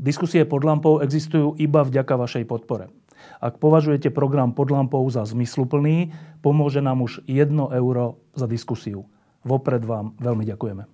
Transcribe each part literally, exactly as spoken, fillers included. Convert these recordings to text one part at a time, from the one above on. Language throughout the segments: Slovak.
Diskusie pod lampou existujú iba vďaka vašej podpore. Ak považujete program Pod lampou za zmysluplný, pomôže nám už jedno euro za diskusiu. Vopred vám veľmi ďakujeme.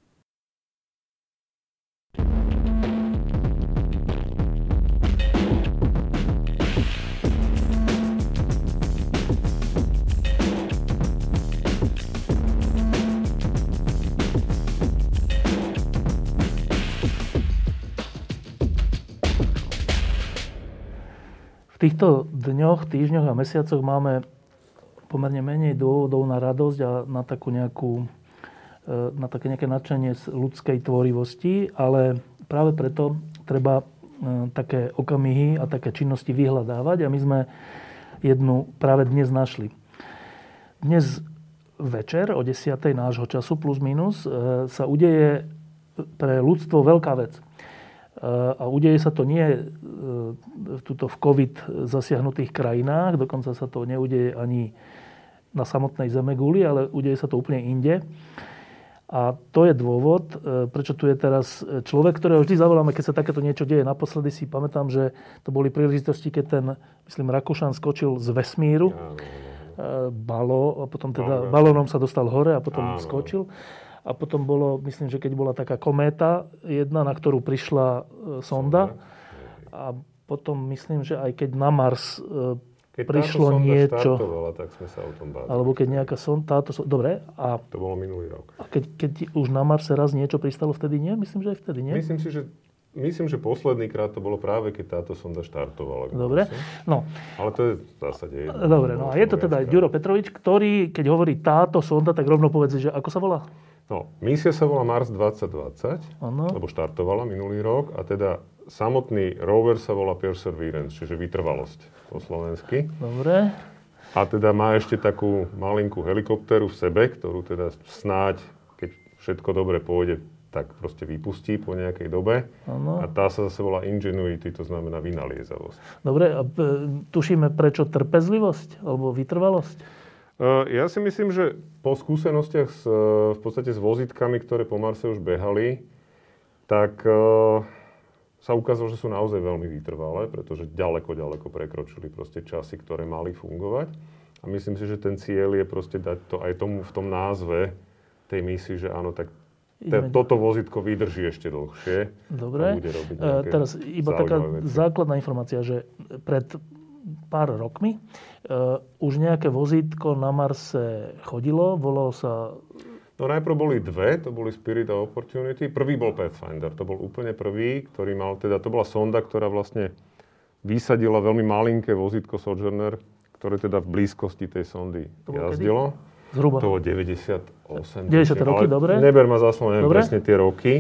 V týchto dňoch, týždňoch a mesiacoch máme pomerne menej dôvodov na radosť a na takú nejakú, na také nejaké nadšenie z ľudskej tvorivosti, ale práve preto treba také okamihy a také činnosti vyhľadávať a my sme jednu práve dnes našli. Dnes večer o desiatej nášho času plus minus sa udeje pre ľudstvo veľká vec. A udeje sa to nie tuto v COVID zasiahnutých krajinách, dokonca sa to neudeje ani na samotnej zemeguli, ale udeje sa to úplne inde. A to je dôvod, prečo tu je teraz človek, ktorého vždy zavoláme, keď sa takéto niečo deje. Naposledy si pamätám, že to boli príležitosti, keď ten, myslím, Rakúšan skočil z vesmíru, balo, a potom teda balónom sa dostal hore a potom skočil. A potom bolo, myslím, že keď bola taká kométa jedna, na ktorú prišla sonda. A potom myslím, že aj keď na Mars keď prišlo niečo... tak sme sa o tom bavili. Alebo keď nejaká sonda... Táto, dobre. A, to bolo minulý rok. A keď, keď už na Marse raz niečo pristalo, vtedy nie? Myslím, že aj vtedy nie? Myslím si, že... Myslím, že posledný krát to bolo práve, keď táto sonda štartovala. Dobre, no. Ale to je v zásade jedno. Dobre, no a je to teda Ďuro Petrovič, ktorý, keď hovorí táto sonda, tak rovno povedz, že ako sa volá? No, misia sa volá Mars dvadsať dvadsať, ano. Lebo štartovala minulý rok a teda samotný rover sa volá Perseverance, čiže vytrvalosť po slovensky. Dobre. A teda má ešte takú malinkú helikoptéru v sebe, ktorú teda snáď, keď všetko dobre pôjde, tak proste vypustí po nejakej dobe. Ano. A tá sa zase volá Ingenuity, to znamená vynaliezavosť. Dobre, a tušíme prečo trpezlivosť alebo vytrvalosť? Ja si myslím, že po skúsenostiach s, v podstate s vozítkami, ktoré po Marse už behali, tak sa ukázalo, že sú naozaj veľmi vytrvalé, pretože ďaleko, ďaleko prekročili proste časy, ktoré mali fungovať. A myslím si, že ten cieľ je proste dať to aj tomu v tom názve tej misie, že áno, tak te, toto vozítko vydrží ešte dlhšie. Dobre. A bude robiť nejaké teraz iba taká veci. Základná informácia, že pred pár rokmi uh, už nejaké vozítko na Marse chodilo, volalo sa... No najprv boli dve, to boli Spirit a Opportunity. Prvý bol Pathfinder, to bol úplne prvý, ktorý mal, teda to bola sonda, ktorá vlastne vysadila veľmi malinké vozítko Sojourner, ktoré teda v blízkosti tej sondy jazdilo. Kedy? Zhruba. To bolo deväťdesiatosem. deväťdesiate roky, dobre. Neber ma za slovo, neviem presne tie roky.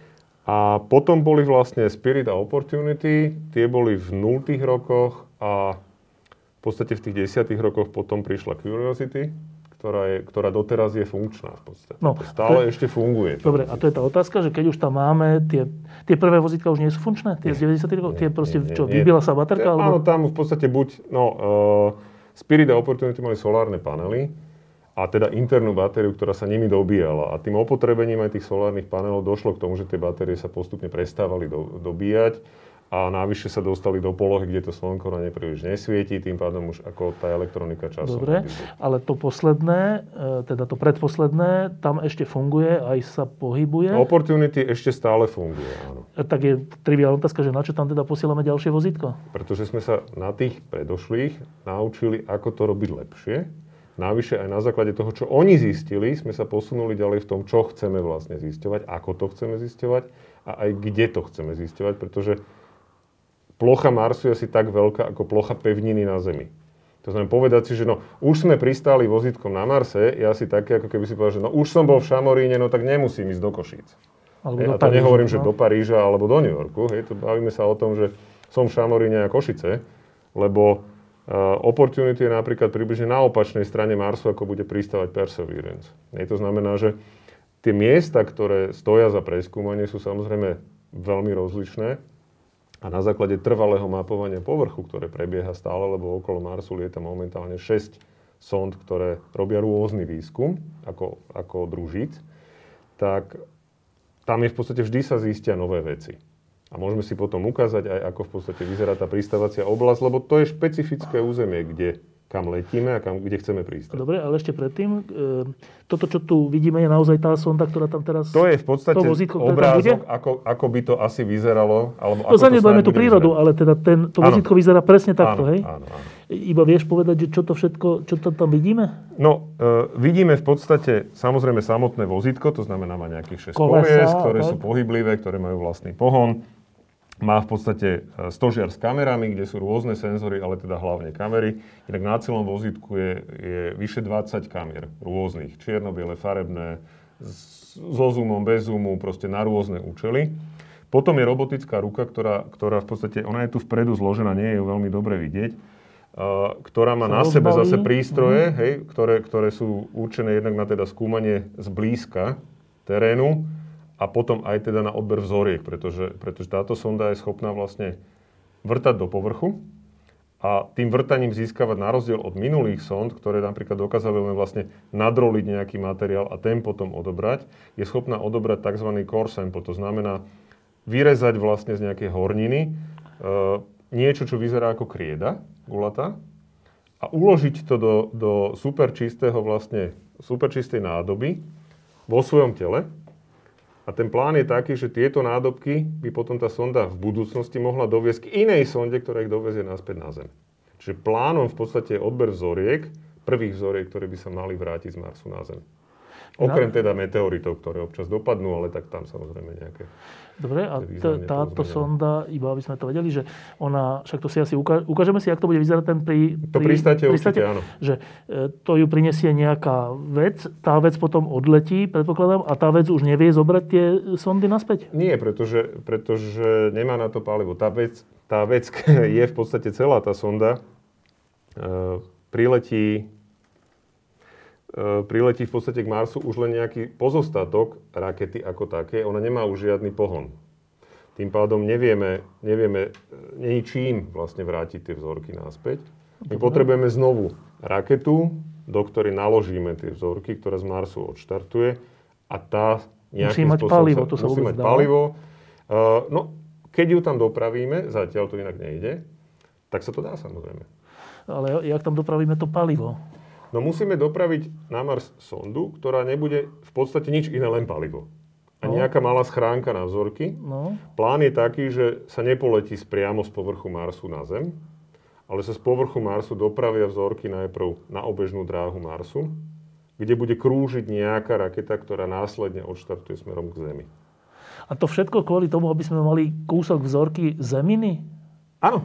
A potom boli vlastne Spirit a Opportunity, tie boli v nultých rokoch a v podstate v tých desiatých rokoch potom prišla Curiosity, ktorá, je, ktorá doteraz je funkčná v podstate. No, stále je, ešte funguje. Dobre, a to je tá otázka, že keď už tam máme, tie, tie prvé vozítka už nie sú funkčné? Tie nie, z deväťdesiatych rokov? Tie proste, nie, čo, nie, vybila sa baterka? Áno, alebo... tam v podstate buď, no, uh, Spirit a Opportunity mali solárne panely, a teda internú batériu, ktorá sa nimi dobíjala. A tým opotrebením aj tých solárnych panelov došlo k tomu, že tie batérie sa postupne prestávali do, dobíjať a navyše sa dostali do polohy, kde to slnko na ne príliš nesvietí, tým pádom už ako tá elektronika časom. Dobre, ale to posledné, teda to predposledné, tam ešte funguje, aj sa pohybuje? Opportunity ešte stále funguje, áno. Tak je triviálna otázka, že na čo tam teda posielame ďalšie vozítko? Pretože sme sa na tých predošlých naučili, ako to robiť lepšie. Navyše aj na základe toho, čo oni zistili, sme sa posunuli ďalej v tom, čo chceme vlastne zisťovať, ako to chceme zisťovať a aj kde to chceme zisťovať, pretože plocha Marsu je asi tak veľká ako plocha pevniny na Zemi. To znamená povedať si, že no, už sme pristáli vozítkom na Marse, je asi také, ako keby si povedal, že no už som bol v Šamoríne, no tak nemusím ísť do Košíc. Alebo hej, do a to Paríža, nehovorím, že no? do Paríža alebo do New Yorku. Hej, to bavíme sa o tom, že som v Šamoríne a Košice, lebo Uh, Opportunity je napríklad približne na opačnej strane Marsu, ako bude pristávať Perseverance. Hej, to znamená, že tie miesta, ktoré stoja za preskúmanie, sú samozrejme veľmi rozličné a na základe trvalého mapovania povrchu, ktoré prebieha stále, lebo okolo Marsu lieta momentálne šesť sond, ktoré robia rôzny výskum, ako, ako družíc, tak tam je v podstate vždy sa zistia nové veci. A môžeme si potom ukázať aj, ako v podstate vyzerá tá pristávacia oblasť, lebo to je špecifické územie, kde kam letíme a kam, kde chceme pristať. Dobre, ale ešte predtým, e, toto, čo tu vidíme, je naozaj tá sonda, ktorá tam teraz... To je v podstate vozítko, obrázok, ako, ako by to asi vyzeralo. Alebo no zanedbajme tú prírodu, vyzerať. Ale teda ten, to vozítko vyzerá presne takto, áno, hej? Áno, áno. Iba vieš povedať, že čo to všetko, čo to tam vidíme? No, e, vidíme v podstate samozrejme samotné vozítko, to znamená má nejakých šesť kolies, ktoré tak sú pohyblivé, ktoré majú vlastný pohon. Má v podstate stožiar s kamerami, kde sú rôzne senzory, ale teda hlavne kamery. Inak na celom vozítku je, je vyše dvadsať kamier rôznych. Čierno-biele, farebné, so zoomom, bez zoomu, proste na rôzne účely. Potom je robotická ruka, ktorá, ktorá v podstate, ona je tu vpredu zložená, nie je ju veľmi dobre vidieť, uh, ktorá má na sebe zase prístroje, mm-hmm. hej, ktoré, ktoré sú určené jednak na teda skúmanie zblízka terénu, a potom aj teda na odber vzoriek, pretože, pretože táto sonda je schopná vlastne vrtať do povrchu a tým vrtaním získavať na rozdiel od minulých sond, ktoré napríklad dokázali len vlastne nadroliť nejaký materiál a ten potom odobrať, je schopná odobrať tzv. Core sample, to znamená vyrezať vlastne z nejakej horniny e, niečo, čo vyzerá ako krieda, gulatá, a uložiť to do, do super čistého vlastne, super čistej nádoby vo svojom tele. A ten plán je taký, že tieto nádobky by potom tá sonda v budúcnosti mohla doviesť k inej sonde, ktorá ich dovezie naspäť na Zem. Čiže plánom v podstate je odber vzoriek, prvých vzoriek, ktoré by sa mali vrátiť z Marsu na Zem. Okrem teda meteoritov, ktoré občas dopadnú, ale tak tam samozrejme nejaké... Dobre, a t- táto sonda, iba aby sme to vedeli, že ona, však to si asi ukáž, ukážeme si, ako to bude vyzerať ten pri... To pri pristáte určite, áno. Že e, to ju prinesie nejaká vec, tá vec potom odletí, predpokladám, a tá vec už nevie zobrať tie sondy naspäť? Nie, pretože, pretože nemá na to palivo. Tá vec, tá vec je v podstate celá tá sonda, e, priletí priletí v podstate k Marsu už len nejaký pozostatok rakety ako také. Ona nemá už žiadny pohon. Tým pádom nevieme, nevieme ničím vlastne vrátiť tie vzorky naspäť. My potrebujeme znovu raketu, do ktorej naložíme tie vzorky, ktorá z Marsu odštartuje a tá nejakým musí mať spôsobom palivo, sa, to sa musí mať dá. palivo. Uh, no, keď ju tam dopravíme, zatiaľ to inak nejde, tak sa to dá samozrejme. Ale jak tam dopravíme to palivo? No musíme dopraviť na Mars sondu, ktorá nebude v podstate nič iné, len palivo. A nejaká malá schránka na vzorky. No. Plán je taký, že sa nepoletí priamo z povrchu Marsu na Zem, ale sa z povrchu Marsu dopravia vzorky najprv na obežnú dráhu Marsu, kde bude krúžiť nejaká raketa, ktorá následne odštartuje smerom k Zemi. A to všetko kvôli tomu, aby sme mali kúsok vzorky Zeminy? Áno.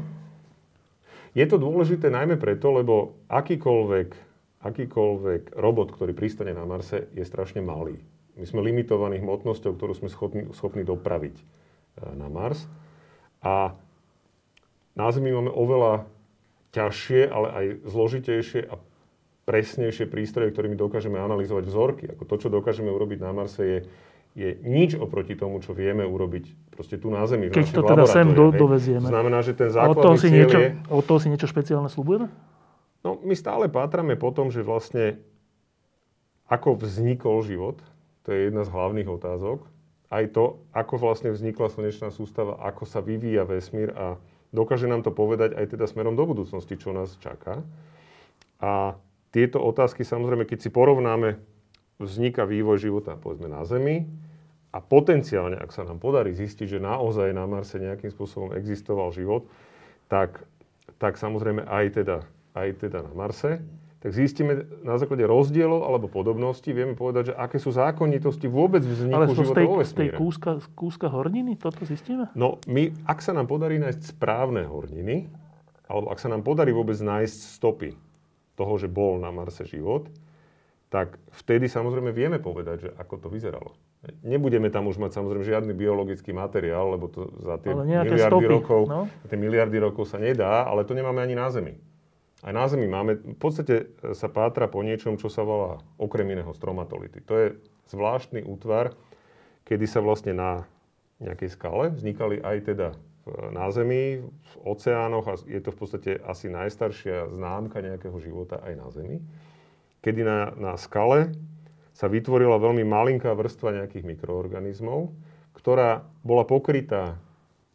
Je to dôležité najmä preto, lebo akýkoľvek akýkoľvek robot, ktorý pristane na Marse, je strašne malý. My sme limitovaní hmotnosťou, ktorú sme schopní, schopní dopraviť na Mars. A na Zemi máme oveľa ťažšie, ale aj zložitejšie a presnejšie prístroje, ktorými dokážeme analyzovať vzorky. Ako to, čo dokážeme urobiť na Marse, je, je nič oproti tomu, čo vieme urobiť proste tu na Zemi. Keď to teda sem do, dovezieme. To znamená, že ten základný cieľ niečo, je... Od toho si niečo špeciálne sľubujeme? No, my stále pátrame po tom, že vlastne ako vznikol život, to je jedna z hlavných otázok. Aj to, ako vlastne vznikla slnečná sústava, ako sa vyvíja vesmír a dokáže nám to povedať aj teda smerom do budúcnosti, čo nás čaká. A tieto otázky, samozrejme, keď si porovnáme vznik a vývoj života, povedzme, na Zemi a potenciálne, ak sa nám podarí zistiť, že naozaj na Marse nejakým spôsobom existoval život, tak, tak samozrejme aj teda aj teda na Marse, tak zistíme na základe rozdielov alebo podobností, vieme povedať, že aké sú zákonitosti vôbec vzniku ale života tej, vo vesmíre. Ale z tej kúska, kúska horniny toto zistíme? No, my, ak sa nám podarí nájsť správne horniny, alebo ak sa nám podarí vôbec nájsť stopy toho, že bol na Marse život, tak vtedy samozrejme vieme povedať, že ako to vyzeralo. Nebudeme tam už mať samozrejme žiadny biologický materiál, lebo to za tie miliardy stopy, rokov, no? tie miliardy rokov sa nedá, ale to nemáme ani na Zemi. Aj na Zemi máme, v podstate sa pátra po niečom, čo sa volá okrem iného stromatolity. To je zvláštny útvar, kedy sa vlastne na nejakej skale vznikali aj teda na Zemi, v oceánoch a je to v podstate asi najstaršia známka nejakého života aj na Zemi, kedy na, na skale sa vytvorila veľmi malinká vrstva nejakých mikroorganizmov, ktorá bola pokrytá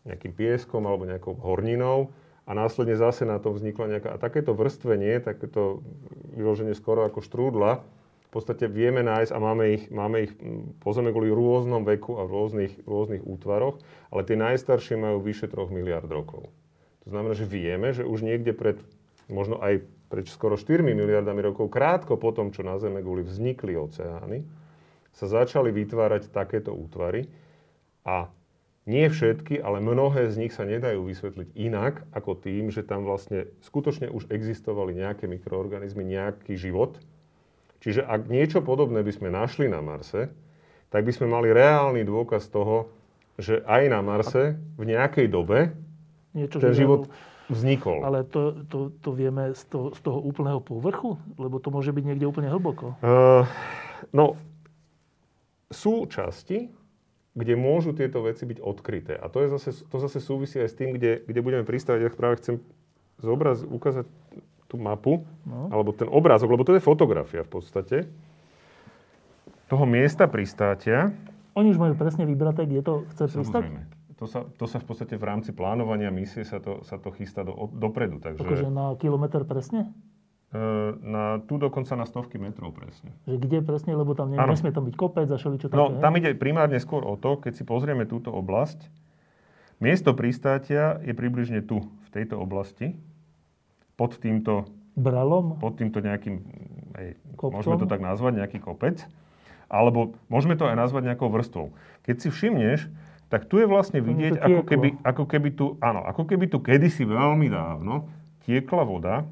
nejakým pieskom alebo nejakou horninou a následne zase na tom vznikla nejaká... A takéto vrstvenie, takéto vyloženie skoro ako štrúdla, v podstate vieme nájsť a máme ich, máme ich po Zemeguli v rôznom veku a v rôznych, rôznych útvaroch, ale tie najstaršie majú vyše troch miliárd rokov. To znamená, že vieme, že už niekde pred, možno aj pred skoro štyrmi miliardami rokov, krátko po tom, čo na Zemeguli vznikli oceány, sa začali vytvárať takéto útvary a nie všetky, ale mnohé z nich sa nedajú vysvetliť inak ako tým, že tam vlastne skutočne už existovali nejaké mikroorganizmy, nejaký život. Čiže ak niečo podobné by sme našli na Marse, tak by sme mali reálny dôkaz toho, že aj na Marse v nejakej dobe niečo ten život vznikol. Ale to, to, to vieme z toho, z toho úplného povrchu? Lebo to môže byť niekde úplne hlboko. Uh, no, sú časti, kde môžu tieto veci byť odkryté. A to, je zase, to zase súvisí aj s tým, kde, kde budeme pristávať. Ja práve chcem zobraz, ukázať tú mapu, no. alebo ten obrázok, lebo to je fotografia v podstate toho miesta pristátia. Oni už majú presne vybraté, kde to chce pristať? Samozrejme. To sa, to sa v podstate v rámci plánovania misie sa to, sa to chystá do, dopredu. Takže akože na kilometr presne? Na, tu dokonca na stovky metrov presne. Že kde presne, lebo tam nie, nesmie tam byť kopec a šeličo také. No, tam ide primárne skôr o to, keď si pozrieme túto oblasť, miesto pristátia je približne tu, v tejto oblasti, pod týmto... Bralom? Pod týmto nejakým, hej, môžeme to tak nazvať, nejaký kopec, alebo môžeme to aj nazvať nejakou vrstvou. Keď si všimneš, tak tu je vlastne vidieť, ako keby, ako keby tu, áno, ako keby tu kedysi veľmi dávno tiekla voda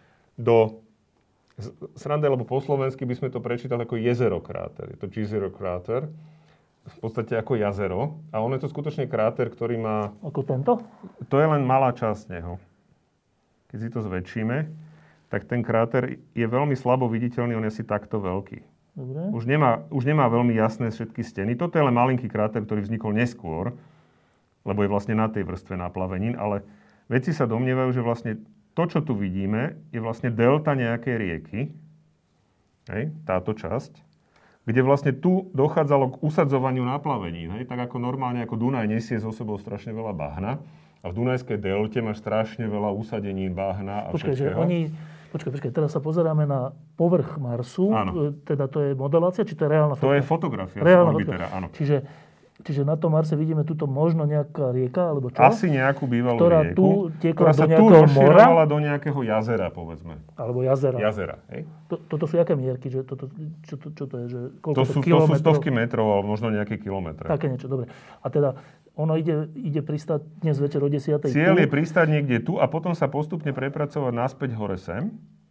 do srande, lebo po slovensky by sme to prečítali ako jezero kráter. Je to jezero kráter, v podstate ako jazero. A on je to skutočne kráter, ktorý má... Ako tento? To je len malá časť neho. Keď si to zväčšíme, tak ten kráter je veľmi slabo viditeľný, on je asi takto veľký. Dobre. Už nemá, už nemá veľmi jasné všetky steny. Toto je len malinký kráter, ktorý vznikol neskôr, lebo je vlastne na tej vrstve naplavenín, ale vedci sa domnievajú, že vlastne to, čo tu vidíme, je vlastne delta nejakej rieky, hej, táto časť, kde vlastne tu dochádzalo k usadzovaniu naplavenín. Hej, tak ako normálne, ako Dunaj nesie so sebou strašne veľa bahna a v Dunajskej delte máš strašne veľa usadenín bahna a počkej, všetkého. Že oni, počkaj, počkaj, teraz sa pozeráme na povrch Marsu, áno. Teda to je modelácia, či to je reálna fotografia? To je fotografia reálna z orbitera, áno. Čiže Čiže na tom Marse vidíme túto možno nejaká rieka, alebo čo? Asi nejakú bývalú ktorá rieku, tu tiekla ktorá do sa tu nejakého rozširovala mora? do nejakého jazera, povedzme. Alebo jazera. Jazera, hej? To, toto sú jaké mierky? Že toto, čo, to, čo to je? Že koľko to, sú, to sú stovky metrov, alebo možno nejaké kilometre. Také niečo, dobre. A teda ono ide, ide pristáť dnes večer o desiatej. Cieľ je pristáť niekde tu a potom sa postupne prepracovať naspäť hore sem.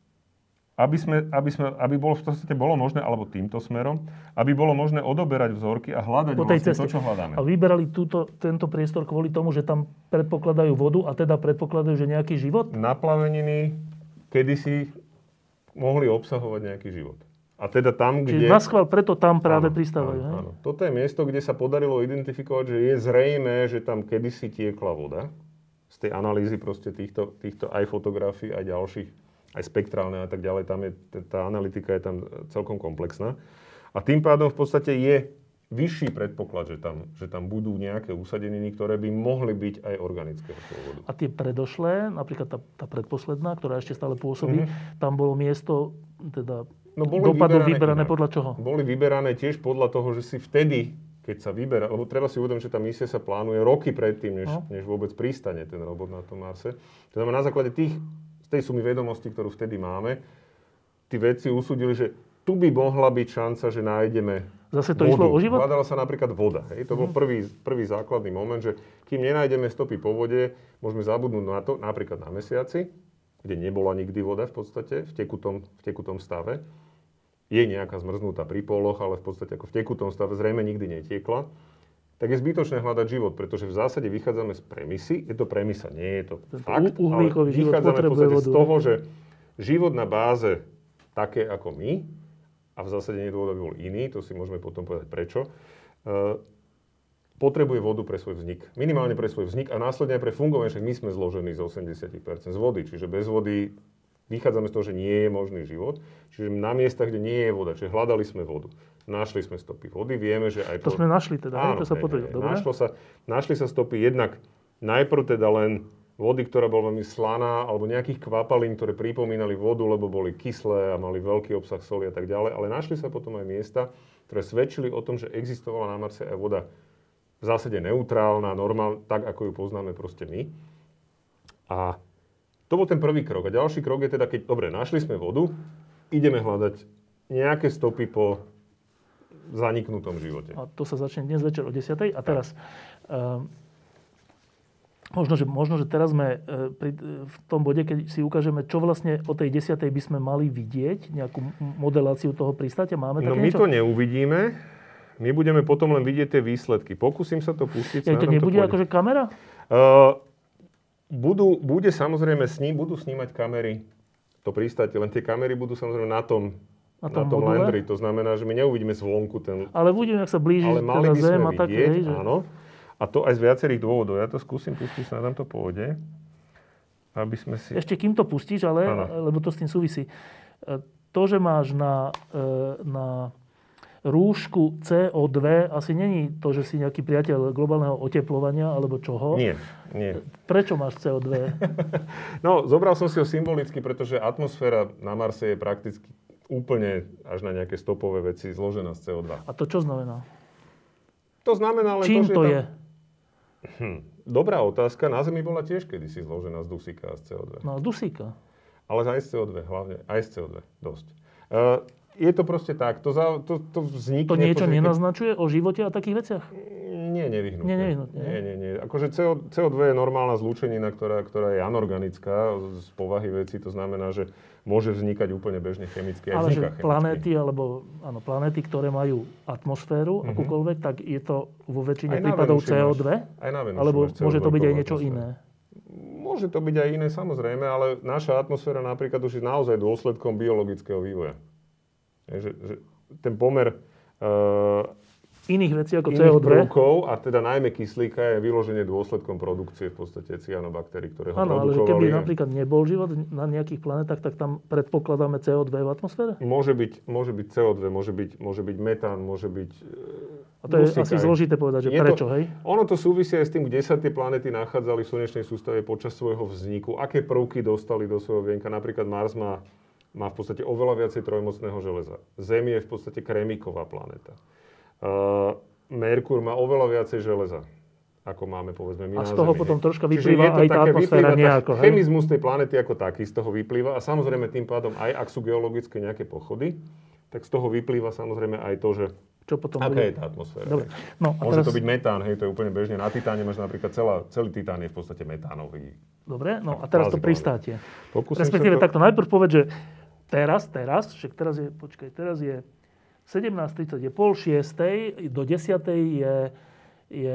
Aby, sme, aby, sme, aby bolo, v podstate bolo možné, alebo týmto smerom, aby bolo možné odoberať vzorky a hľadať vlastne to, čo hľadáme. A vyberali túto, tento priestor kvôli tomu, že tam predpokladajú vodu a teda predpokladajú, že nejaký život? Naplaveniny kedysi mohli obsahovať nejaký život. A teda tam, kde... Čiže naschvál preto tam práve áno, pristávajú. Áno, áno. Toto je miesto, kde sa podarilo identifikovať, že je zrejmé, že tam kedysi tiekla voda. Z tej analýzy proste týchto, týchto aj fotografií, aj ďalších, aj spektrálne a tak ďalej, tam je, tá analytika je tam celkom komplexná. A tým pádom v podstate je vyšší predpoklad, že tam, že tam budú nejaké usadeniny, ktoré by mohli byť aj organického pôvodu. A tie predošlé, napríklad tá, tá predposledná, ktorá ešte stále pôsobí, mm-hmm. tam bolo miesto teda no, dopadov vyberané, vyberané podľa čoho? Boli vyberané tiež podľa toho, že si vtedy, keď sa vyberá, lebo treba si uvedomiť, že tá misia sa plánuje roky predtým, než, no. než vôbec pristane ten robot na tom Marse. To znamená, na základe tých tej sumy vedomostí, ktorú vtedy máme, tí vedci usúdili, že tu by mohla byť šanca, že nájdeme Zase to vodu. Išlo o život? Hľadala sa napríklad voda. Hej? To mm. bol prvý, prvý základný moment, že kým nenájdeme stopy po vode, môžeme zabudnúť na to, napríklad na Mesiaci, kde nebola nikdy voda v podstate, v tekutom, v tekutom stave. Je nejaká zmrznutá pri poloch, ale v podstate ako v tekutom stave zrejme nikdy netiekla. Tak je zbytočné hľadať život, pretože v zásade vychádzame z premisy, je to premisa, nie je to fakt, ale vychádzame v podstate z toho, že život na báze také ako my, a v zásade nie je dôvod, aby bol iný, to si môžeme potom povedať prečo, uh, potrebuje vodu pre svoj vznik. Minimálne pre svoj vznik a následne aj pre fungovanie, však my sme zložení z osemdesiat percent z vody, čiže bez vody vychádzame z toho, že nie je možný život. Čiže na miestach, kde nie je voda, čiže hľadali sme vodu. Našli sme stopy vody, vieme, že aj... To, to sme našli teda, áno, to sa potvrdilo, dobre? Našlo sa, našli sa stopy jednak najprv teda len vody, ktorá bola veľmi slaná, alebo nejakých kvapalín, ktoré pripomínali vodu, lebo boli kyslé a mali veľký obsah soli a tak ďalej. Ale našli sa potom aj miesta, ktoré svedčili o tom, že existovala na Marse aj voda v zásade neutrálna, normálna, tak ako ju poznáme proste my. A to bol ten prvý krok. A ďalší krok je teda, keď, dobre, našli sme vodu, ideme hľadať nejaké stopy po zaniknutom živote. A to sa začne dnes večer o desiatej. A teraz... Um, Možno že, možno, že teraz sme e, pri, e, v tom bode, keď si ukážeme, čo vlastne o tej desiatej by sme mali vidieť, nejakú modeláciu toho pristátia. Máme také No my niečo? to neuvidíme. My budeme potom len vidieť tie výsledky. Pokúsim sa to pustiť. Ja, to nebude to akože kamera? Uh, budú, bude samozrejme sní, budú snímať kamery to pristátie, len tie kamery budú samozrejme na tom, na tom, na tom landri. To znamená, že my neuvidíme zvonku ten... Ale uvidíme, ak sa blíži teda Zem a také. Vidieť, že... Áno. A to aj z viacerých dôvodov. Ja to skúsim pustiť, sa nám to pôjde. Aby sme si... Ešte kým to pustíš, ale, lebo to s tým súvisí. To, že máš na, na rúšku cé ó dva, asi není to, že si nejaký priateľ globálneho oteplovania, alebo čoho. Nie, nie. Prečo máš cé ó dva? No, zobral som si ho symbolicky, pretože atmosféra na Marse je prakticky úplne až na nejaké stopové veci zložená z cé ó dva. A to čo znamená? To znamená len Čím to, že to tam... je? Hm, dobrá otázka. Na Zemi bola tiež kedysi zložená z dusíka a z cé ó dva. No, z dusíka. Ale aj z cé ó dva, hlavne. Aj z cé ó dva, dosť. Uh, je to proste tak. To, za, to, to vznikne... To niečo pozrieť, nenaznačuje o živote a takých veciach? Nie, nevyhnutne. Nie, nevyhnutne. Nie, nie, nie. Akože cé ó dva je normálna zlúčenina, ktorá, ktorá je anorganická z povahy veci. To znamená, že môže vznikať úplne bežne chemicky. Aj ale že chemicky. planéty, alebo áno, planéty, ktoré majú atmosféru, mm-hmm. akúkoľvek, tak je to vo väčšine prípadov cé ó dva? Aj na Venuši alebo máš cé ó dva môže to byť aj niečo atmosféru. iné? Môže to byť aj iné, samozrejme, ale naša atmosféra napríklad už je naozaj dôsledkom biologického vývoja. Je, že, že ten pomer uh, iných vecí ako cé ó dva. Prvkov, a teda najmä kyslíka, je vyloženie dôsledkom produkcie v podstate cyanobaktérií, ktoré ho Áno, ale produkovali. že keby napríklad nebol život na nejakých planetách, tak tam predpokladáme cé ó dva v atmosfére? Môže byť, môže byť cé ó dva, môže byť, môže byť metán, môže byť... A to je asi zložité povedať, že je prečo, to, hej? Ono to súvisí aj s tým, kde sa tie planety nachádzali v slnečnej sústave počas svojho vzniku, aké prvky dostali do svojho vienka. Napríklad Mars má, má v podstate oveľa viacej trojmocného železa. Zem je v podstate krémiková planéta. Uh, Merkur má oveľa viacej železa, ako máme, povedzme, my a na z toho Zemi. potom troška vyplýva aj tá atmosféra nejako, hej? Chemizmus tej planety ako taký z toho vyplýva a samozrejme tým pádom aj ak sú geologické nejaké pochody, tak z toho vyplýva samozrejme aj to, že čo potom aká bude? je tá atmosféra. Dobre. No, a môže teraz... to byť metán, hej, to je úplne bežne. Na Titáne máš napríklad celá, celý Titán je v podstate metánový. Dobre, no a teraz to pristátie. Pokúsim Respektíve to... takto, najprv povedz, že teraz, teraz, však teraz je, počkaj, teraz je sedemnásť tridsať, je pol šiestej, do desiatej je, je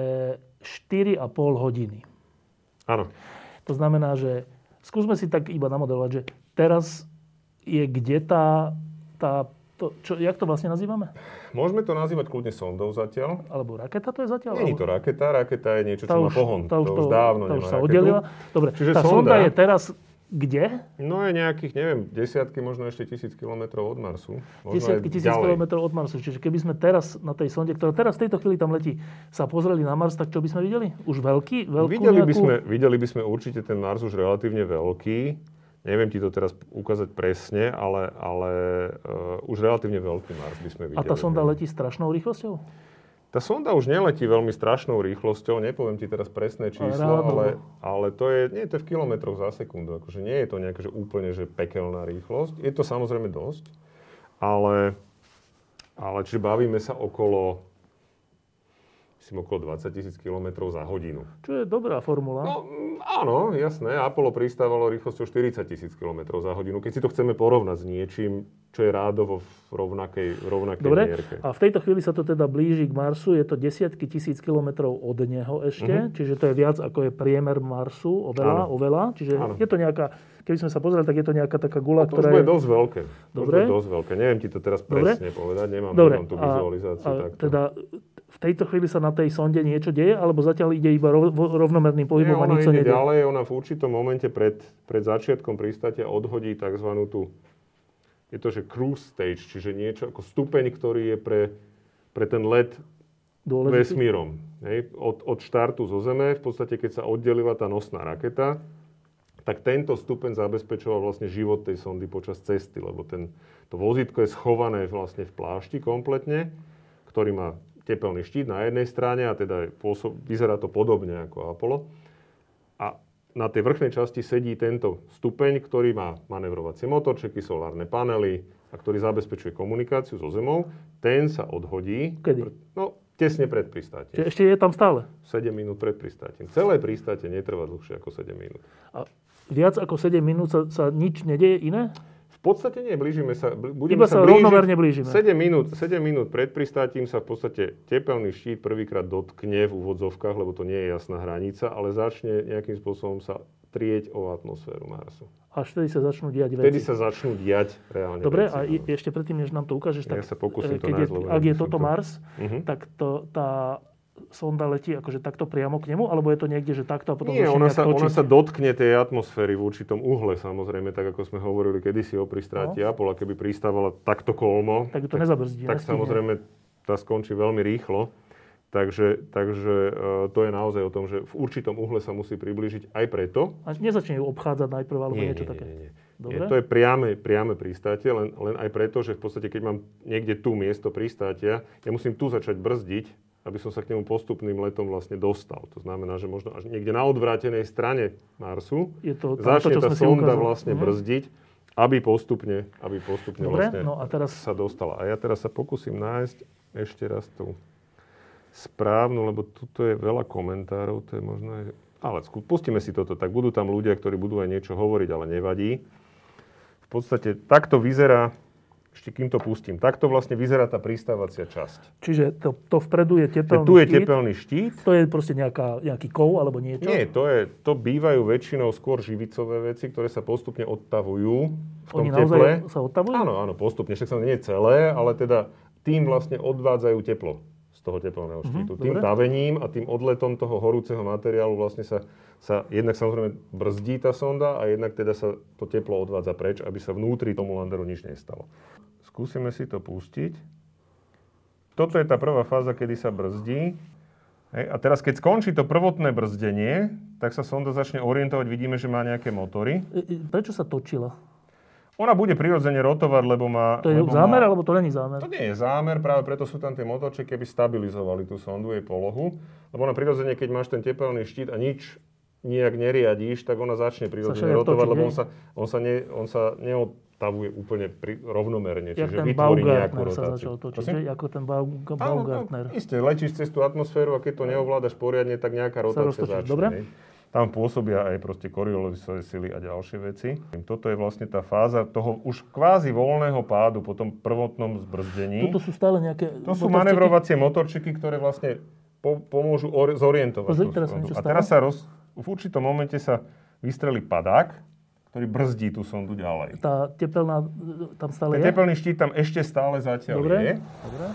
štyri a pol hodiny. Áno. To znamená, že skúsme si tak iba namodelovať, že teraz je kde tá, tá to, čo, jak to vlastne nazývame? Môžeme to nazývať kľudne sondou zatiaľ. Alebo raketa to je zatiaľ? Nie je to raketa, raketa je niečo, čo tá má už, pohon. Tá už, to už dávno tá nemá už sa raketu. oddelila. Dobre, čiže tá sonda, sonda je teraz kde? No je nejakých, neviem, desiatky, možno ešte tisíc kilometrov od Marsu. Možno Desiatky tisíc kilometrov od Marsu. Čiže keby sme teraz na tej sonde, ktorá teraz v tejto chvíli tam letí, sa pozreli na Mars, tak čo by sme videli? Už veľký? Veľkú videli, nejakú... by sme, videli by sme určite ten Mars už relatívne veľký. Neviem ti to teraz ukázať presne, ale, ale uh, už relatívne veľký Mars by sme videli. A tá sonda letí strašnou rýchlosťou? Tá sonda už neletí veľmi strašnou rýchlosťou, nepoviem ti teraz presné číslo, ale, ale to je, nie, to je v kilometroch za sekundu. Akože nie je to nejaká že úplne že pekelná rýchlosť. Je to samozrejme dosť, ale, ale čiže bavíme sa okolo... myslím okolo dvadsať tisíc kilometrov za hodinu. Čo je dobrá formula. No, áno, jasné. Apollo pristávalo rýchlosťou štyridsať tisíc kilometrov za hodinu. Keď si to chceme porovnať s niečím, čo je rádovo v rovnakej, rovnakej Dobre. mierke. A v tejto chvíli sa to teda blíži k Marsu. Je to desiatky tisíc kilometrov od neho ešte. Uh-huh. Čiže to je viac ako je priemer Marsu. Oveľa, áno. oveľa. Čiže áno. je to nejaká... Keby sme sa pozreli, tak je to nejaká taká guľa, no, to ktorá je... To je... dosť veľké. Dobre. To je dosť veľké. Neviem ti to teraz presne Dobre. povedať. Nemám, Dobre. nemám tú vizualizáciu. A, a takto. teda v tejto chvíli sa na tej sonde niečo deje? Alebo zatiaľ ide iba rov, rovnomerným pohybom Nie, a nič sa ide nedieje? ďalej. Ona v určitom momente pred, pred začiatkom pristátia odhodí tzv. tú... Je to, že cruise stage, čiže niečo ako stupeň, ktorý je pre, pre ten let dôležitý? vesmírom. Hej, od, od štartu zo Zeme, v podstate keď sa oddelila tá nosná raketa, tak tento stupeň zabezpečoval vlastne život tej sondy počas cesty, lebo ten, to vozítko je schované vlastne v plášti kompletne, ktorý má tepelný štít na jednej strane a teda pôsob, vyzerá to podobne ako Apollo. A na tej vrchnej časti sedí tento stupeň, ktorý má manevrovacie motorčeky, solárne panely a ktorý zabezpečuje komunikáciu so Zemou. Ten sa odhodí. Kedy? No, tesne pred pristátím. Čiže ešte je tam stále? sedem minút pred pristátím. Celé pristátie netrvá dlhšie ako sedem minút. A viac ako sedem minút sa, sa nič nedeje iné? V podstate nie, blížime sa. Budeme Iba sa, sa rovnomerne blížime. sedem minút, sedem minút pred pristátím sa v podstate tepelný štít prvýkrát dotkne v úvodzovkách, lebo to nie je jasná hranica, ale začne nejakým spôsobom sa trieť o atmosféru Marsu. Až vtedy sa začnú diať veci. Vtedy sa začnú diať reálne Dobre, veci. a No. ešte predtým, než nám to ukážeš, tak Ja sa pokúsim to keď nájsť, je, lebo ak je nemusím toto to- Mars, Mhm. tak to, tá sonda letí akože takto priamo k nemu, alebo je to niekde, že takto a potom Nie, začne ona nejak sa, točiť? ona sa dotkne tej atmosféry v určitom uhle, samozrejme, tak ako sme hovorili kedysi o pristátí No. Apollo, keby pristávala takto kolmo, Tak to nezabrzdí, tak nestihne. samozrejme tá skončí veľmi rýchlo. Takže, takže uh, to je naozaj o tom, že v určitom uhle sa musí priblížiť aj preto. A nezačne ju obchádzať najprv, alebo Nie, niečo nie, také? nie, nie. Dobre. Nie, to je priame, priame pristátie, len, len aj preto, že v podstate, keď mám niekde tu miesto pristátia, ja musím tu začať brzdiť, aby som sa k nemu postupným letom vlastne dostal. To znamená, že možno až niekde na odvrátenej strane Marsu Je to tamto, začne čo tá sme si sonda ukázali. vlastne Mhm. brzdiť, aby postupne, aby postupne Dobre, vlastne no a teraz... sa dostala. A ja teraz sa pokúsim nájsť ešte raz tú správnu, lebo tuto je veľa komentárov, to je možno aj... Ale skú, pustíme si toto, tak budú tam ľudia, ktorí budú aj niečo hovoriť, ale nevadí. V podstate takto vyzerá, ešte kým to pustím, takto vlastne vyzerá tá pristávacia časť. Čiže to, to vpredu je tepelný Tu je štít. tepelný štít. To je proste nejaká, nejaký kov alebo niečo? Nie, to, je, to bývajú väčšinou skôr živicové veci, ktoré sa postupne odtavujú v tom Oni teple. naozaj sa odtavujú? Áno, áno, postupne. Však sa nie celé, ale teda tým vlastne odvádzajú teplo z toho teplného štítu. Mhm, tým dobre. tavením a tým odletom toho horúceho materiálu vlastne sa, sa jednak samozrejme brzdí tá sonda a jednak teda sa to teplo odvádza preč, aby sa vnútri tomu landeru nič nestalo. Skúsime si to pustiť. Toto je tá prvá fáza, kedy sa brzdí. Hej, a teraz, keď skončí to prvotné brzdenie, tak sa sonda začne orientovať. Vidíme, že má nejaké motory. E, e, Prečo sa točila? Ona bude prirodzene rotovať, lebo má... To je lebo zámer, má... alebo to není zámer? To nie je zámer, práve preto sú tam tie motorčeky, aby stabilizovali tú sondu, jej polohu. Lebo ona prirodzene, keď máš ten tepelný štít a nič nijak neriadíš, tak ona začne prirodzene všelijak rotovať, točí, lebo hej? on sa, on sa, ne, on sa neodtavuje úplne pri, rovnomerne, Jak čiže ten vytvorí nejakú Baumgartner sa rotáciu. začal točiť, Prosím? že? Ako ten Baum- Baumgartner. Áno, isté, letíš cez tú atmosféru a keď to neovládaš poriadne, tak nejaká rotácia roztočíš. začne. Dobre. hej. Tam pôsobia aj proste Coriolisové sily a ďalšie veci. Toto je vlastne tá fáza toho už kvázi voľného pádu po tom prvotnom zbrzdení. Tuto sú stále nejaké... To sú motorčeky? manevrovacie motorčiky, ktoré vlastne po, pomôžu or, zorientovať Pozri, tú teraz sa sondu. niečo A stalo? teraz sa roz, v určitom momente sa vystrelí padák, ktorý brzdí tú sondu ďalej. Tá tepelná tam stále Ten je? tepelný štít tam ešte stále zatiaľ Dobre. je. Dobre.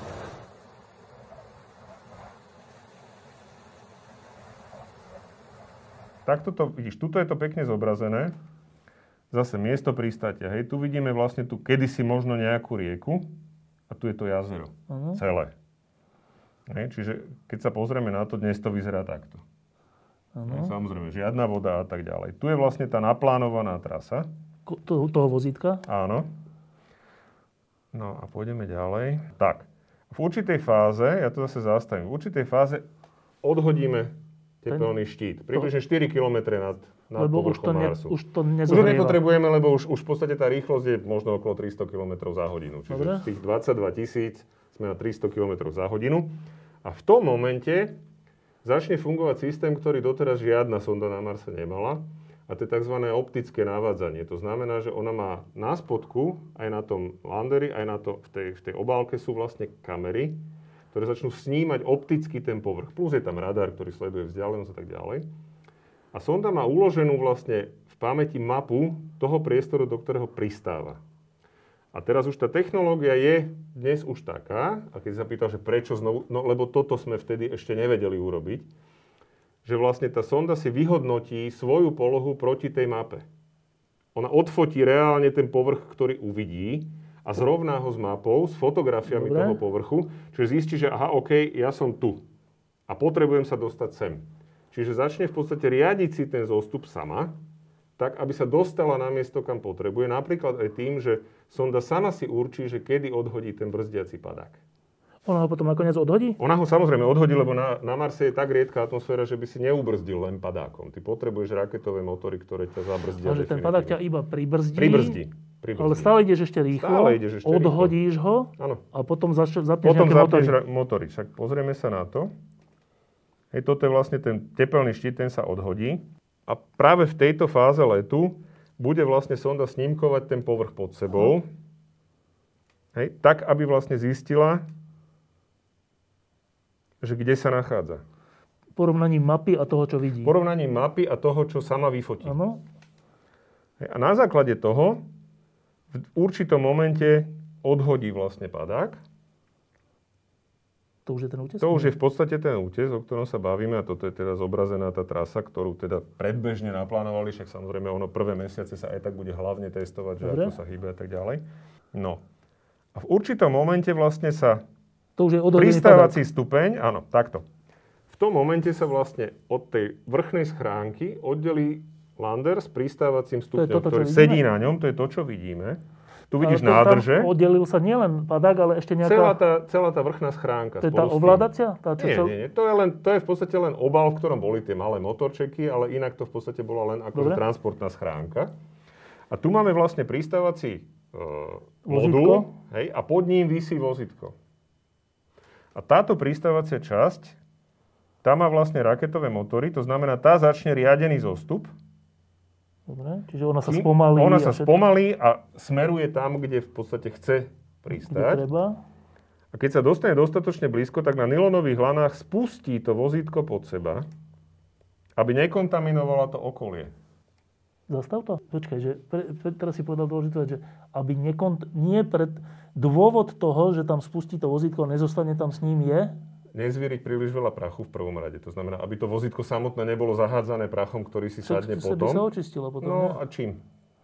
Takto to, vidíš, tuto je to pekne zobrazené. Zase miesto pristátia. Hej, tu vidíme vlastne tu kedysi možno nejakú rieku a tu je to jazero. Uh-huh. Celé. Hej, čiže keď sa pozrieme na to, dnes to vyzerá takto. Uh-huh. Hej, samozrejme, žiadna voda a tak ďalej. Tu je vlastne tá naplánovaná trasa. Ko- to- toho vozítka? Áno. No a pôjdeme ďalej. Tak, v určitej fáze, ja to zase zastavím, v určitej fáze odhodíme tepelný štít. Približne štyri kilometre nad, nad Lebo už to, povrchom ne, Marsu. už to Už ho nezohrieva. nepotrebujeme, lebo už, už v podstate tá rýchlosť je možno okolo tristo kilometrov za hodinu. Čiže Dobre. z tých dvadsaťdva tisíc sme na tristo kilometrov za hodinu. A v tom momente začne fungovať systém, ktorý doteraz žiadna sonda na Marse nemala. A to je tzv. Optické navádzanie. To znamená, že ona má na spodku, aj na tom landeri, aj na to, v, tej, v tej obálke sú vlastne kamery, ktoré začnú snímať opticky ten povrch. Plus je tam radar, ktorý sleduje vzdialenosť a tak ďalej. A sonda má uloženú vlastne v pamäti mapu toho priestoru, do ktorého pristáva. A teraz už tá technológia je dnes už taká, a keď sa pýtal, že prečo znovu, no lebo toto sme vtedy ešte nevedeli urobiť, že vlastne tá sonda si vyhodnotí svoju polohu proti tej mape. Ona odfotí reálne ten povrch, ktorý uvidí a zrovná ho s mapou, s fotografiami Dobre. toho povrchu, čiže zistí, že aha, OK, ja som tu a potrebujem sa dostať sem. Čiže začne v podstate riadiť si ten zostup sama, tak, aby sa dostala na miesto, kam potrebuje. Napríklad aj tým, že sonda sama si určí, že kedy odhodí ten brzdiaci padák. Ona ho potom nakoniec odhodí? Ona ho samozrejme odhodí, lebo na, na Marse je tak riedka atmosféra, že by si neubrzdil len padákom. Ty potrebuješ raketové motory, ktoré ťa zabrzdia. Ale že ten padák ťa iba pribrzdí. Pribrzdí. pribrzdí. Ale stále ideš ešte rýchlo, Stále ideš ešte odhodíš rýchlo. ho Áno. a potom zač- zapneš Potom nejaké zapneš motory. ra- motory. Však pozrieme sa na to. Hej, toto je vlastne ten tepelný štít, ten sa odhodí. A práve v tejto fáze letu bude vlastne sonda snímkovať ten povrch pod sebou. Hej, tak, aby vlastne zistila, že kde sa nachádza. Porovnaním mapy a toho, čo vidí. Porovnaním mapy a toho, čo sama vyfotí. Áno. Hej, a na základe toho v určitom momente odhodí vlastne padák. To už je ten útes? To už je v podstate ten útes, o ktorom sa bavíme, a toto je teda zobrazená tá trasa, ktorú teda predbežne naplánovali, však samozrejme ono prvé mesiace sa aj tak bude hlavne testovať, že Dobre. ako sa hýbe a tak ďalej. No. A v určitom momente vlastne sa To už je odhodený pristávací padák. stupeň, áno, takto. V tom momente sa vlastne od tej vrchnej schránky oddelí lander s pristávacím stupňom, toto, čo ktorý vidíme? sedí na ňom, to je to, čo vidíme. Tu vidíš Ale to nádrže. Tam oddelil sa nielen padák, ale ešte nejaká... Celá tá, celá tá vrchná schránka. To je tá spolu s tým. ovládacia? Tá, čo Nie, cel... nie, nie. To je, len, to je v podstate len obal, v ktorom boli tie malé motorčeky, ale inak to v podstate bola len akože Dobre. transportná schránka. A tu máme vlastne pristávací uh, Vozítko. modul, hej, a pod ním visí vozítko. A táto pristávacia časť, tá má vlastne raketové motory, to znamená, tá začne riadený zostup. Dobre, čiže ona sa Kým- spomalí. Ona a sa všetko, spomalí a smeruje tam, kde v podstate chce kde pristáť. treba. A keď sa dostane dostatočne blízko, tak na nylonových lanách spustí to vozítko pod seba, aby nekontaminovalo to okolie. Zastav to. Počkaj, že pre, pre, teraz si povedal dôležitú vec, že aby nekont... Nie pred... Dôvod toho, že tam spustí to vozítko a nezostane tam s ním je... Nezvíriť príliš veľa prachu v prvom rade. To znamená, aby to vozítko samotné nebolo zahádzané prachom, ktorý si sadne Však by potom. sa očistilo potom. No No, a čím?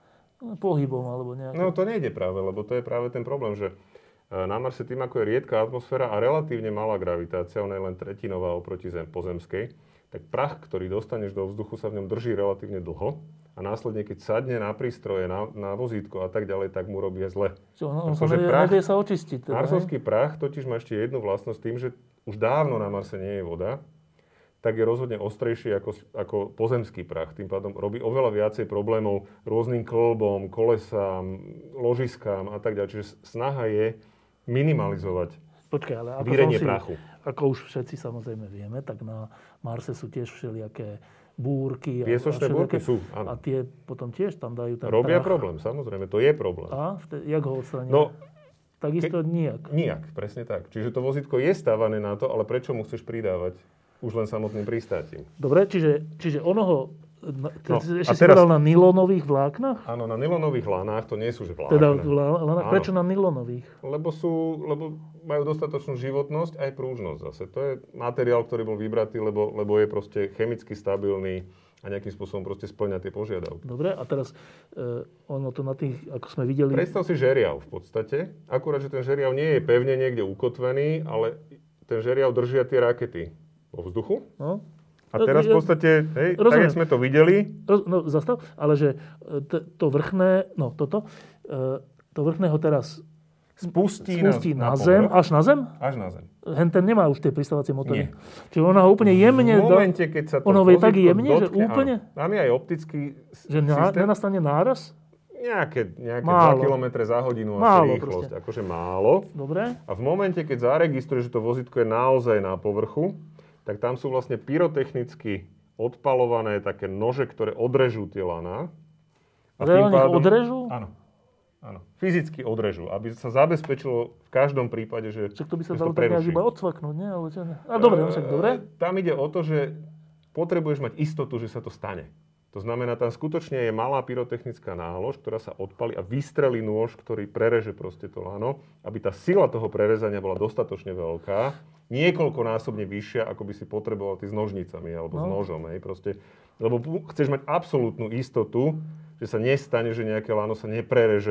pohybom alebo nejak. No to nejde práve, lebo to je práve ten problém, že na Marse tým, ako je riedka atmosféra a relatívne malá gravitácia, ona je len tretinová oproti zem, pozemskej, tak prach, ktorý dostaneš do vzduchu, sa v ňom drží relatívne dlho a následne, keď sadne na prístroje, na, na vozítko a tak ďalej, tak mu robí zle. Čo, on, on sa Pretože nevie, prach- nevie sa očistiť. Teda, Marsovský prach totiž má ešte jednu vlastnosť tým, že už dávno na Marse nie je voda, tak je rozhodne ostrejší ako, ako pozemský prach. Tým pádom robí oveľa viacej problémov rôznym klbom, kolesám, ložiskám a tak ďalej. Čiže snaha je minimalizovať Počkaj, ale ako, vírenie som si, prachu. ako už všetci samozrejme vieme, tak na Marse sú tiež všelijaké búrky. A, Piesočné a búrky všelijaké- sú, áno. A tie potom tiež tam dajú ten Robia prach. problém, samozrejme, to je problém. A vtedy, jak ho odstránia? No, Takisto nijak. nijak, presne tak. Čiže to vozítko je stávané na to, ale prečo mu chceš pridávať už len samotným pristátím? Dobre, čiže, čiže ono ho... No, No, ešte a si teraz- povedal na nylonových vláknach? Áno, na nylonových lanách to nie sú že vlákna. Teda, lá- lá- Áno. prečo na nylonových? Lebo, sú, lebo majú dostatočnú životnosť aj prúžnosť zase. To je materiál, ktorý bol vybratý, lebo, lebo je proste chemicky stabilný a nejakým spôsobom proste spĺňa tie požiadavky. Dobre, a teraz e, ono to na tých, ako sme videli... Predstav si žeriav v podstate. Akurát, že ten žeriav nie je pevne niekde ukotvený, ale ten žeriav držia tie rakety vo vzduchu. No, A teraz v podstate, hej, tak Rozumiem. jak sme to videli, roz, no zastav, ale že e, t- to vrchné, no toto, e, to vrchné ho teraz spustí, spustí na, na, zem, povrch. až na zem? Až na zem. Henten nemá už tie pristávacie motory. Nie. Čiže ona ho úplne jemne... V momente, keď sa to ono vie tak vozítko jemne, že dotkne, úplne... Áno, tam je aj optický s- Že na, systém. nenastane náraz? Nejaké, nejaké Málo. dva kilometre za hodinu Málo asi rýchlosť. proste. Akože málo. Dobre. A v momente, keď zaregistruje, že to vozítko je naozaj na povrchu, tak tam sú vlastne pyrotechnicky odpalované také nože, ktoré odrežú tie laná. Reálne ich odrežú? Áno. Áno. Fyzicky odrežú, aby sa zabezpečilo v každom prípade, že Však to by sa že dalo to tak nejak preruší. iba odsvaknúť, nie? Ale čo, ne? A dobre, no však dobre. E, Tam ide o to, že potrebuješ mať istotu, že sa to stane. To znamená, tam skutočne je malá pyrotechnická nálož, ktorá sa odpali a vystrelí nôž, ktorý prereže proste to lano, aby tá sila toho prerezania bola dostatočne veľká, niekoľkonásobne vyššia, ako by si potreboval ty s nožnicami alebo No. s nožom. Hej, proste. Lebo pu- chceš mať absolútnu istotu, že sa nestane, že nejaké lano sa neprereže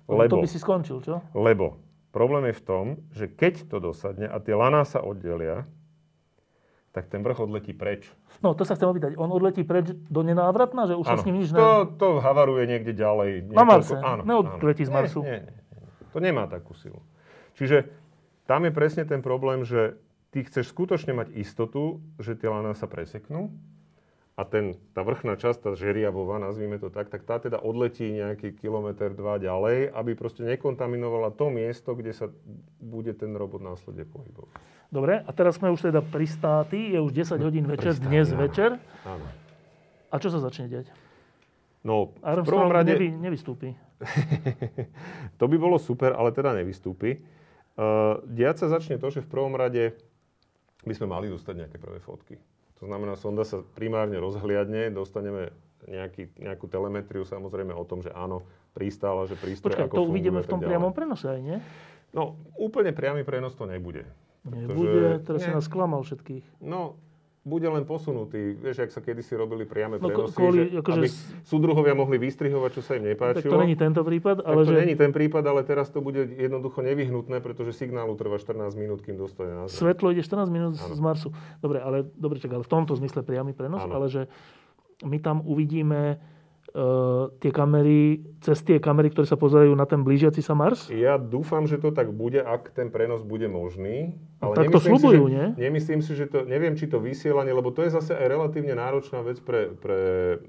Lebo, to by si skončil, čo? Lebo problém je v tom, že keď to dosadne a tie laná sa oddelia, tak ten vrch odletí preč. No, to sa chcem opýtať. On odletí preč do nenávratna, že už sa s ním nič ne... To, to havaruje niekde ďalej. Na Marse. Áno, neodletí z Marsu. Nie, nie, nie. To nemá takú silu. Čiže tam je presne ten problém, že ty chceš skutočne mať istotu, že tie laná sa preseknú a ten, tá vrchná časť, tá žeriavová, nazvime to tak, tak tá teda odletí nejaký kilometr, dva ďalej, aby proste nekontaminovala to miesto, kde sa bude ten robot následne pohybovať. Dobre, a teraz sme už teda pristáti, je už desať hodín večer, pristáti, dnes áno. večer. Áno. A čo sa začne diať? No, Armstrong v prvom rade... nevy, nevystúpi. To by bolo super, ale teda nevystúpi. Uh, diať sa začne to, že v prvom rade by sme mali dostať nejaké prvé fotky. To znamená, sonda sa primárne rozhliadne, dostaneme nejaký, nejakú telemetriu samozrejme o tom, že áno, pristála, že prístroj Počkaj, ako to funguje. uvidíme v tom priamom prenose aj, nie? No, úplne priamy prenos to nebude. Nebude, teraz si nás klamal všetkých. No, bude len posunutý. Vieš, ak sa kedysi robili priame no, prenosy, kvôli, že, akože aby súdruhovia mohli vystrihovať, čo sa im nepáčilo. Tak to není tento prípad, ale tak to že... není ten prípad, ale teraz to bude jednoducho nevyhnutné, pretože signálu trvá štrnásť minút, kým dostane na zem. Svetlo ide štrnásť minút ano. Z Marsu. Dobre, ale, dobre, čak, ale v tomto zmysle priamy prenos, ano. Ale že my tam uvidíme uh, tie kamery, cez tie kamery, ktoré sa pozerajú na ten blížiaci sa Mars? Ja dúfam, že to tak bude, ak ten prenos bude možný. Ale tak to sľubujú, si, že, nie? Nemyslím si, že to, neviem, či to vysielanie, lebo to je zase aj relatívne náročná vec pre, pre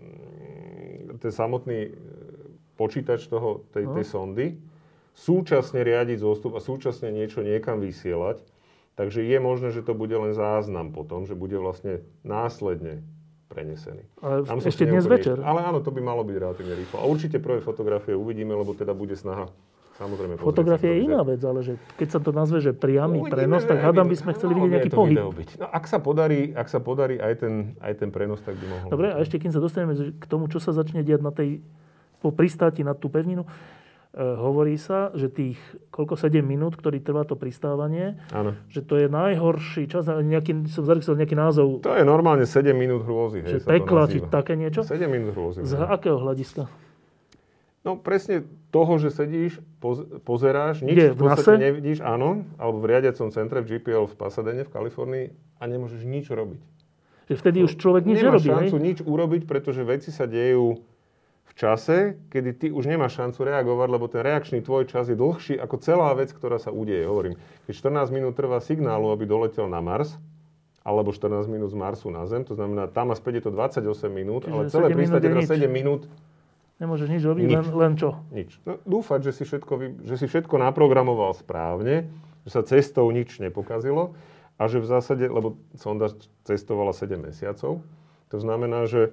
ten samotný počítač toho, tej, no. tej sondy. Súčasne riadiť zostup a súčasne niečo niekam vysielať. Takže je možné, že to bude len záznam potom, že bude vlastne následne prenesený. Ale tam ešte dnes večer. Ale áno, to by malo byť relatívne rýchlo. A určite prvé fotografie uvidíme, lebo teda bude snaha. Samozrejme, fotografia je iná vec, ale že keď sa to nazve, že priamy uvidíme, prenos, tak hádam by sme chceli no, vidieť nejaký pohyb. No, ak sa podarí, ak sa podarí aj ten, aj ten prenos, tak by mohol... Dobre, a ešte kým sa dostaneme k tomu, čo sa začne diať na tej, po pristáti na tú pevninu, e, hovorí sa, že tých, koľko, sedem minút, ktorý trvá to pristávanie, áno. Že to je najhorší čas, nejaký, som zaregistroval nejaký názov. To je normálne sedem minút hrôzy. Že pekla, či také niečo? sedem minút hrôzy. Z akého hľadiska? No presne toho, že sedíš, pozeráš, nič Kde, v, v podstate nevidíš, áno, alebo v riadiacom centre v G P L v Pasadene v Kalifornii a nemôžeš nič robiť. Že vtedy no, už človek nič nerobí, hej? Nemáš šancu nič urobiť, pretože veci sa dejú v čase, kedy ty už nemáš šancu reagovať, lebo ten reakčný tvoj čas je dlhší ako celá vec, ktorá sa udeje. Hovorím, keď štrnásť minút trvá signálu, aby doletel na Mars, alebo štrnásť minút z Marsu na Zem, to znamená, tam a späť je to dvadsaťosem minút, čiže ale celé pristátie trvá sedem minút. Nemôžeš nič robiť, len, len čo? Nič. No, dúfať, že si, všetko, že si všetko naprogramoval správne, že sa cestou nič nepokazilo a že v zásade, lebo sonda cestovala sedem mesiacov, to znamená, že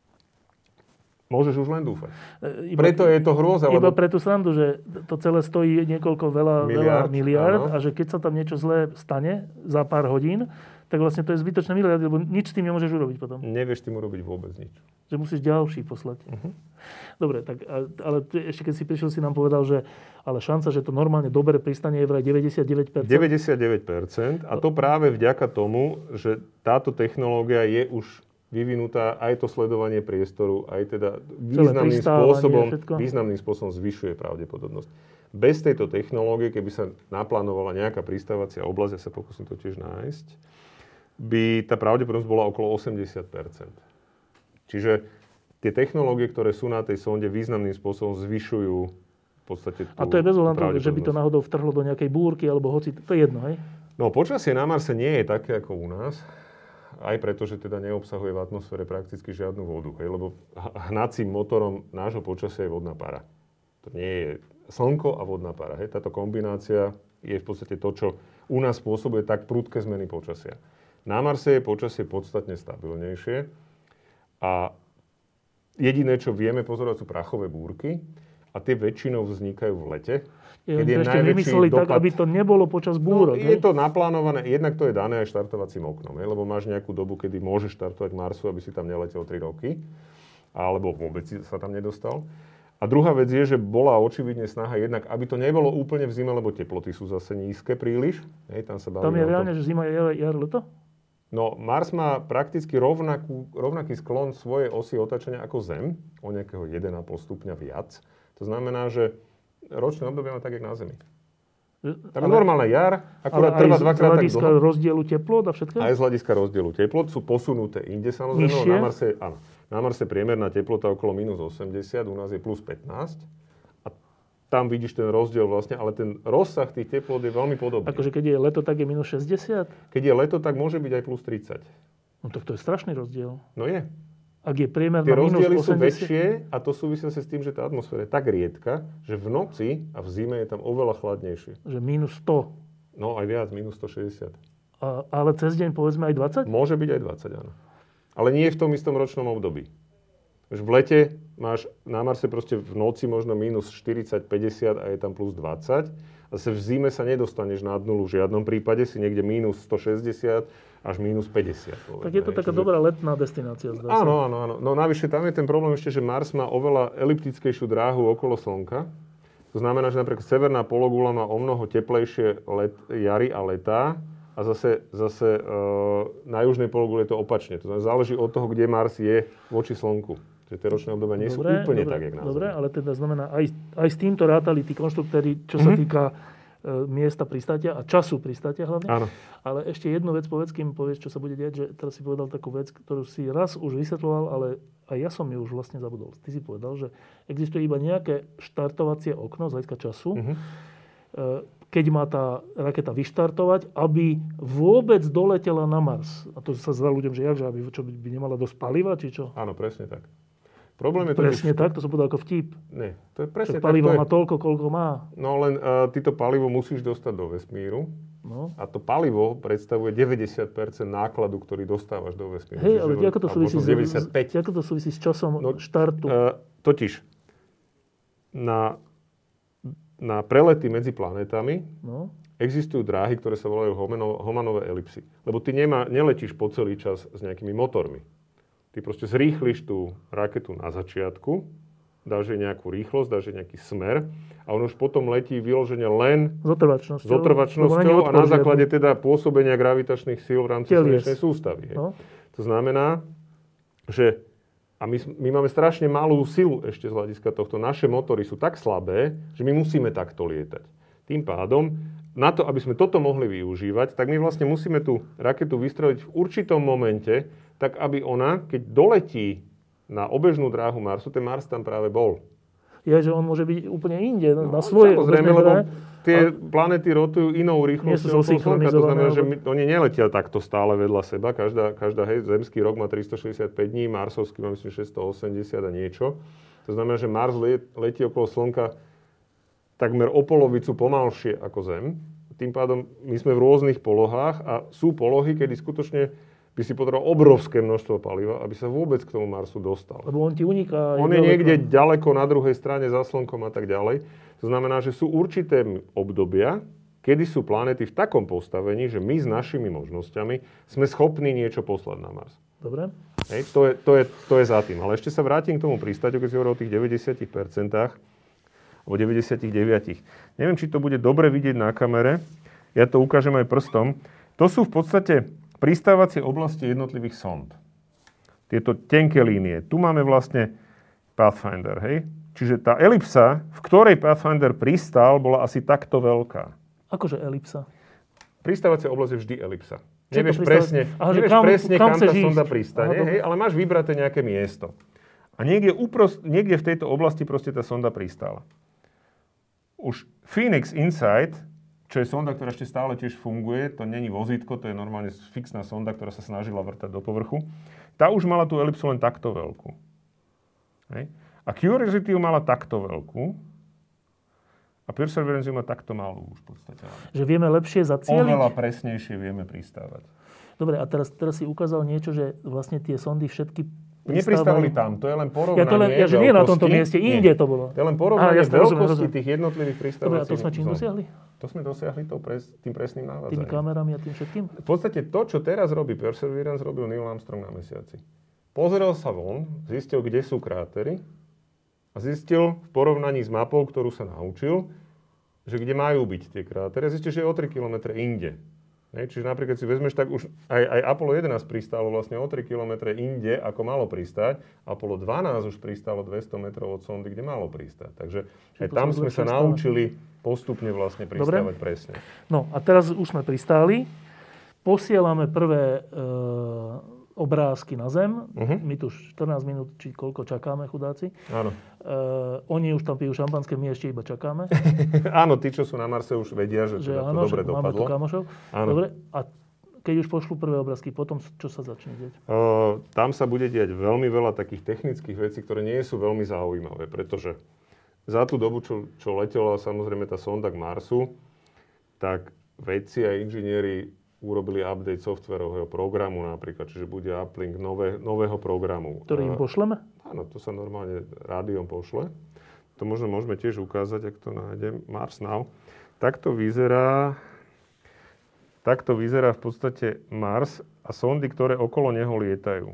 môžeš už len dúfať. Iba, Preto je to hrôza. Iba lebo... pre tú srandu, že to celé stojí niekoľko veľa miliárd, veľa miliárd a že keď sa tam niečo zlé stane za pár hodín, tak vlastne to je zbytočné miliardy, lebo nič s tým nemôžeš urobiť potom. Nevieš tým urobiť vôbec nič. Že musíš ďalší poslať. Uh-huh. Dobre, tak, ale ešte keď si prišiel, si nám povedal, že ale šanca, že to normálne dobre pristane je vraj deväťdesiatdeväť percent. deväťdesiatdeväť percent a to práve vďaka tomu, že táto technológia je už vyvinutá, aj to sledovanie priestoru, aj teda významným spôsobom, významným spôsobom zvyšuje pravdepodobnosť. Bez tejto technológie, keby sa naplánovala nejaká pristávacia oblasť, ja sa pokúsim to tiež nájsť, by tá pravdepodobnosť bola okolo osemdesiat percent. Čiže tie technológie, ktoré sú na tej sonde, významným spôsobom zvyšujú v podstate tú A to je bez ohľadu, že by to náhodou vtrhlo do nejakej búrky, alebo hoci, to je jedno, hej? No, počasie na Marse nie je také ako u nás, aj preto, že teda neobsahuje v atmosfére prakticky žiadnu vodu, hej? Lebo hnacím motorom nášho počasia je vodná para. To nie je slnko a vodná para, hej? Táto kombinácia je v podstate to, čo u nás spôsobuje tak prudké zmeny počasia. Na Marse je počasie podstatne stabilnejšie a jediné, čo vieme pozorovať, sú prachové búrky a tie väčšinou vznikajú v lete. Je, je ešte vymysleli dopad, tak, aby to nebolo počas búrok. No, je to naplánované, jednak to je dané aj štartovacím oknom, je, lebo máš nejakú dobu, kedy môžeš štartovať Marsu, aby si tam neletel tri roky, alebo vôbec sa tam nedostal. A druhá vec je, že bola očividne snaha jednak, aby to nebolo úplne v zime, lebo teploty sú zase nízke príliš. Hej, tam sa tam je reálne, že zima je jar, leto? No, Mars má prakticky rovnakú, rovnaký sklon svojej osy otáčania ako Zem, o nejakého jeden a pol stupňa viac. To znamená, že Ročné obdobie má tak, jak na Zemi. Tam ale, normálna jar, akurát trvá dvakrát tak dlho. Ale aj z hľadiska rozdielu teplot a všetko? Aj z hľadiska rozdielu teplot sú posunuté inde, samozrejme. Nižšie? Na Marse, áno, na Marse priemerná teplota okolo mínus osemdesiat, u nás je plus pätnásť. A tam vidíš ten rozdiel vlastne, ale ten rozsah tých teplot je veľmi podobný. Akože keď je leto, tak je mínus šesťdesiat? Keď je leto, tak môže byť aj plus tridsať. No tak to je strašný rozdiel. No je. Ak je priemerná Tie mínus rozdiely sú osemdesiat... väčšie a to súvisia sa s tým, že tá atmosféra je tak riedka, že v noci a v zime je tam oveľa chladnejšie. Že mínus sto. No aj viac, mínus stošesťdesiat. A, ale cez deň povedzme aj dvadsať? Môže byť aj dvadsať, áno. Ale nie v tom istom ročnom období. V lete máš na Marse proste v noci možno mínus štyridsať päťdesiat a je tam plus dvadsať. A zase v zime sa nedostaneš nad nulu v žiadnom prípade, si niekde mínus stošesťdesiat až mínus päťdesiat. Povedzme. Tak je to taká Čiže... dobrá letná destinácia, zdá sa. Áno, áno, áno. No navyše tam je ten problém ešte, že Mars má oveľa eliptickejšiu dráhu okolo Slnka. To znamená, že napríklad severná pologula má o mnoho teplejšie let, jary a letá a zase, zase e, na južnej pologule je to opačne. To znamená, záleží od toho, kde Mars je voči Slnku. Čiže tie ročné obdobia nie dobre, sú úplne dobre, tak, jak na Zemi. Dobre, ale teda znamená, aj, aj s týmto rátali tí konštruktéri, čo sa Mhm. týka e, miesta pristátia a času pristátia hlavne. Áno. Ale ešte jednu vec povedz, kým povieš, čo sa bude diať, že teraz si povedal takú vec, ktorú si raz už vysvetľoval, ale aj ja som ju už vlastne zabudol. Ty si povedal, že existuje iba nejaké štartovacie okno z hľadiska času, Mhm. keď má tá raketa vyštartovať, aby vôbec doletela na Mars. A to sa zdá ľuďom, že jak, že aby, čo by, by nemala dosť paliva, či čo? Áno, presne tak. Problém je Presne totiž... tak, to som povedal ako vtip. Nie, to je presne Čo tak. palivo to je... má toľko, koľko má. No len uh, ty to palivo musíš dostať do vesmíru. No. A to palivo predstavuje deväťdesiat percent nákladu, ktorý dostávaš do vesmíru. Hej, ale Čiže ako to, alebo súvisí s, deväťdesiatpäť. ako to súvisí s časom No, štartu? Uh, totiž, na, na prelety medzi planetami No. existujú dráhy, ktoré sa volajú homeno, Homanové elipsy. Lebo ty nemá, neletíš po celý čas s nejakými motormi. Ty proste zrýchliš tú raketu na začiatku, dáš jej nejakú rýchlosť, dáš jej nejaký smer a on už potom letí vyložene len S otrvačnosťou. s otrvačnosťou a na základe teda pôsobenia gravitačných síl v rámci Telies. slnečnej sústavy. Hej. No. To znamená, že a my, my máme strašne malú silu ešte z hľadiska tohto. Naše motory sú tak slabé, že my musíme takto lietať. Tým pádom, na to, aby sme toto mohli využívať, tak my vlastne musíme tú raketu vystreliť v určitom momente, tak aby ona, keď doletí na obežnú dráhu Marsu, ten Mars tam práve bol. Je, že on môže byť úplne inde, No, na svoje samozrejme, obežné lebo dráhe, tie ale- planety rotujú inou Nie sú rýchlosťou okolo Slnka. To zosynchronizované, znamená, že alebo- my, oni neletia takto stále vedľa seba. Každá, každá hej, zemský rok má tristošesťdesiatpäť dní, marsovský má myslím šesťstoosemdesiat a niečo. To znamená, že Mars let, letí okolo Slnka takmer o polovicu pomalšie ako Zem. Tým pádom my sme v rôznych polohách a sú polohy, kedy skutočne by si potreboval obrovské množstvo paliva, aby sa vôbec k tomu Marsu dostal. Lebo on ti uniká. On je niekde ďaleko na druhej strane za Slnkom a tak ďalej. To znamená, že sú určité obdobia, kedy sú planéty v takom postavení, že my s našimi možnosťami sme schopní niečo poslať na Mars. Dobre. Hej, to, je, to, je, to je za tým. Ale ešte sa vrátim k tomu pristáťu, keď si hovoril o tých deväťdesiat percent alebo deväťdesiatdeväť percent. Neviem, či to bude dobre vidieť na kamere. Ja to ukážem aj prstom. To sú v podstate pristávacie oblasti jednotlivých sond. Tieto tenké línie. Tu máme vlastne Pathfinder, hej? Čiže tá elipsa, v ktorej Pathfinder pristál, bola asi takto veľká. Akože elipsa? Pristávacia oblasť je vždy elipsa. Čo je to Nevieš pristávacia- presne, Aha, že nevieš kam- presne, kam kam, tá chceš sonda ísť. pristane, Aha, hej? Ale máš vybraté nejaké miesto. A niekde, uprost, niekde v tejto oblasti proste tá sonda pristála. Už Phoenix Insight, čo je sonda, ktorá ešte stále tiež funguje, to není vozítko, to je normálne fixná sonda, ktorá sa snažila vrtať do povrchu, tá už mala tú elipsu len takto veľkú. Hej. A Curiosity ju mala takto veľkú a Perseverance ju má takto malú už v podstate. Že vieme lepšie zacieliť? Oveľa presnejšie vieme pristávať. Dobre, a teraz, teraz si ukázal niečo, že vlastne tie sondy všetky Nepristávali tam, to je len porovnanie Ja to len, ja, že nie na tomto veľkosti. mieste, Nie. inde to bolo. To je len porovnanie Á, jasne, rozumiem, veľkosti rozumiem. tých jednotlivých pristávacích Dobre, a to sme čím zón. dosiahli? To sme dosiahli to pres, tým presným Tými navádzaním. kamerami a tým všetkým? V podstate to, čo teraz robí Perseverance, robil Neil Armstrong na mesiaci. Pozrel sa von, zistil, kde sú krátery a zistil v porovnaní s mapou, ktorú sa naučil, že kde majú byť tie krátery. A zistil, že je o tri kilometre inde. Hej, čiže napríklad si vezmeš, tak už aj, aj Apollo jedenásť pristálo vlastne o tri kilometre inde, ako malo pristáť. Apollo dvanásť už pristálo dvesto metrov od sondy, kde malo pristáť. Takže aj tam sme sa naučili postupne vlastne pristávať Dobre. presne. No a teraz už sme pristáli. Posielame prvé e, obrázky na Zem. Uh-huh. My tu štrnásť minút, či koľko čakáme, chudáci. Áno. E, oni už tam pijú šampanské, my ešte iba čakáme. Áno, tí, čo sú na Marse, už vedia, že, že teda áno, to dobre dopadlo. Máme tu kamošov. Áno. Dobre, a keď už pošlú prvé obrázky, potom čo sa začne deť? Uh, tam sa bude diať veľmi veľa takých technických vecí, ktoré nie sú veľmi zaujímavé, pretože za tú dobu, čo, čo letela samozrejme tá sonda k Marsu, tak vedci a inžinieri urobili update softwarového programu napríklad, čiže bude uplink nové, nového programu. Ktorý im pošleme? Áno, to sa normálne rádiom pošle. To možno môžeme tiež ukázať, ak to nájdem. Mars Now. Takto vyzerá, takto vyzerá v podstate Mars a sondy, ktoré okolo neho lietajú.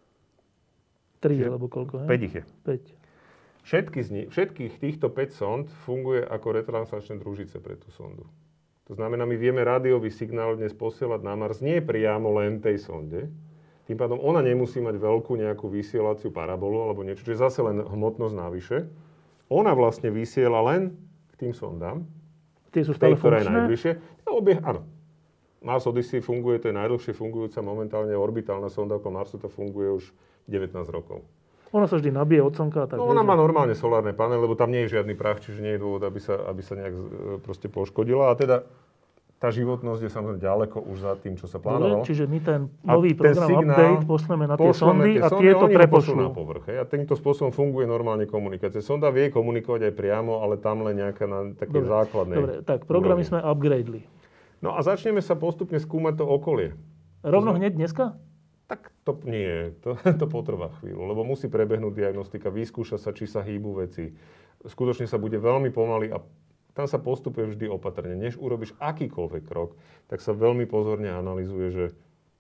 Tri alebo koľko? päť ich je. päť. Všetky z nich, všetkých týchto päť sond funguje ako retranslačné družice pre tú sondu. To znamená, my vieme rádiový signál dnes posielať na Mars nie priamo len tej sonde. Tým pádom ona nemusí mať veľkú nejakú vysielaciu parabolu alebo niečo, čo je zase len hmotnosť navyše. Ona vlastne vysiela len k tým sondám. Tie sú stále tej, ktorá funkčné? je najbližšie. Obie, áno. Mars Odyssey funguje, to je najdlhšie fungujúca momentálne orbitálna sonda okolo Marsu, to funguje už devätnásť rokov. Ona sa vždy nabije od slnka. Tak no ona má normálne solárne panely, lebo tam nie je žiadny prach, čiže nie je dôvod, aby sa, aby sa nejak proste poškodila. A teda tá životnosť je samozrejme ďaleko už za tým, čo sa plánovalo. Dobre, čiže my ten nový ten program signál, update pošleme na tie sondy tie a sondy, tieto prepošlú. na povrch. Hej, a týmto spôsobom funguje normálne komunikácia. Sonda vie komunikovať aj priamo, ale tam len nejaká na také Dobre, základnej Dobre, tak programy úrovni. sme upgradeli. No a začneme sa postupne skúmať to okolie. Rovno hneď dneska? Tak to nie, to, to potrvá chvíľu, lebo musí prebehnúť diagnostika, vyskúša sa, či sa hýbu veci. Skutočne sa bude veľmi pomaly a tam sa postupuje vždy opatrne. Než urobíš akýkoľvek krok, tak sa veľmi pozorne analyzuje, že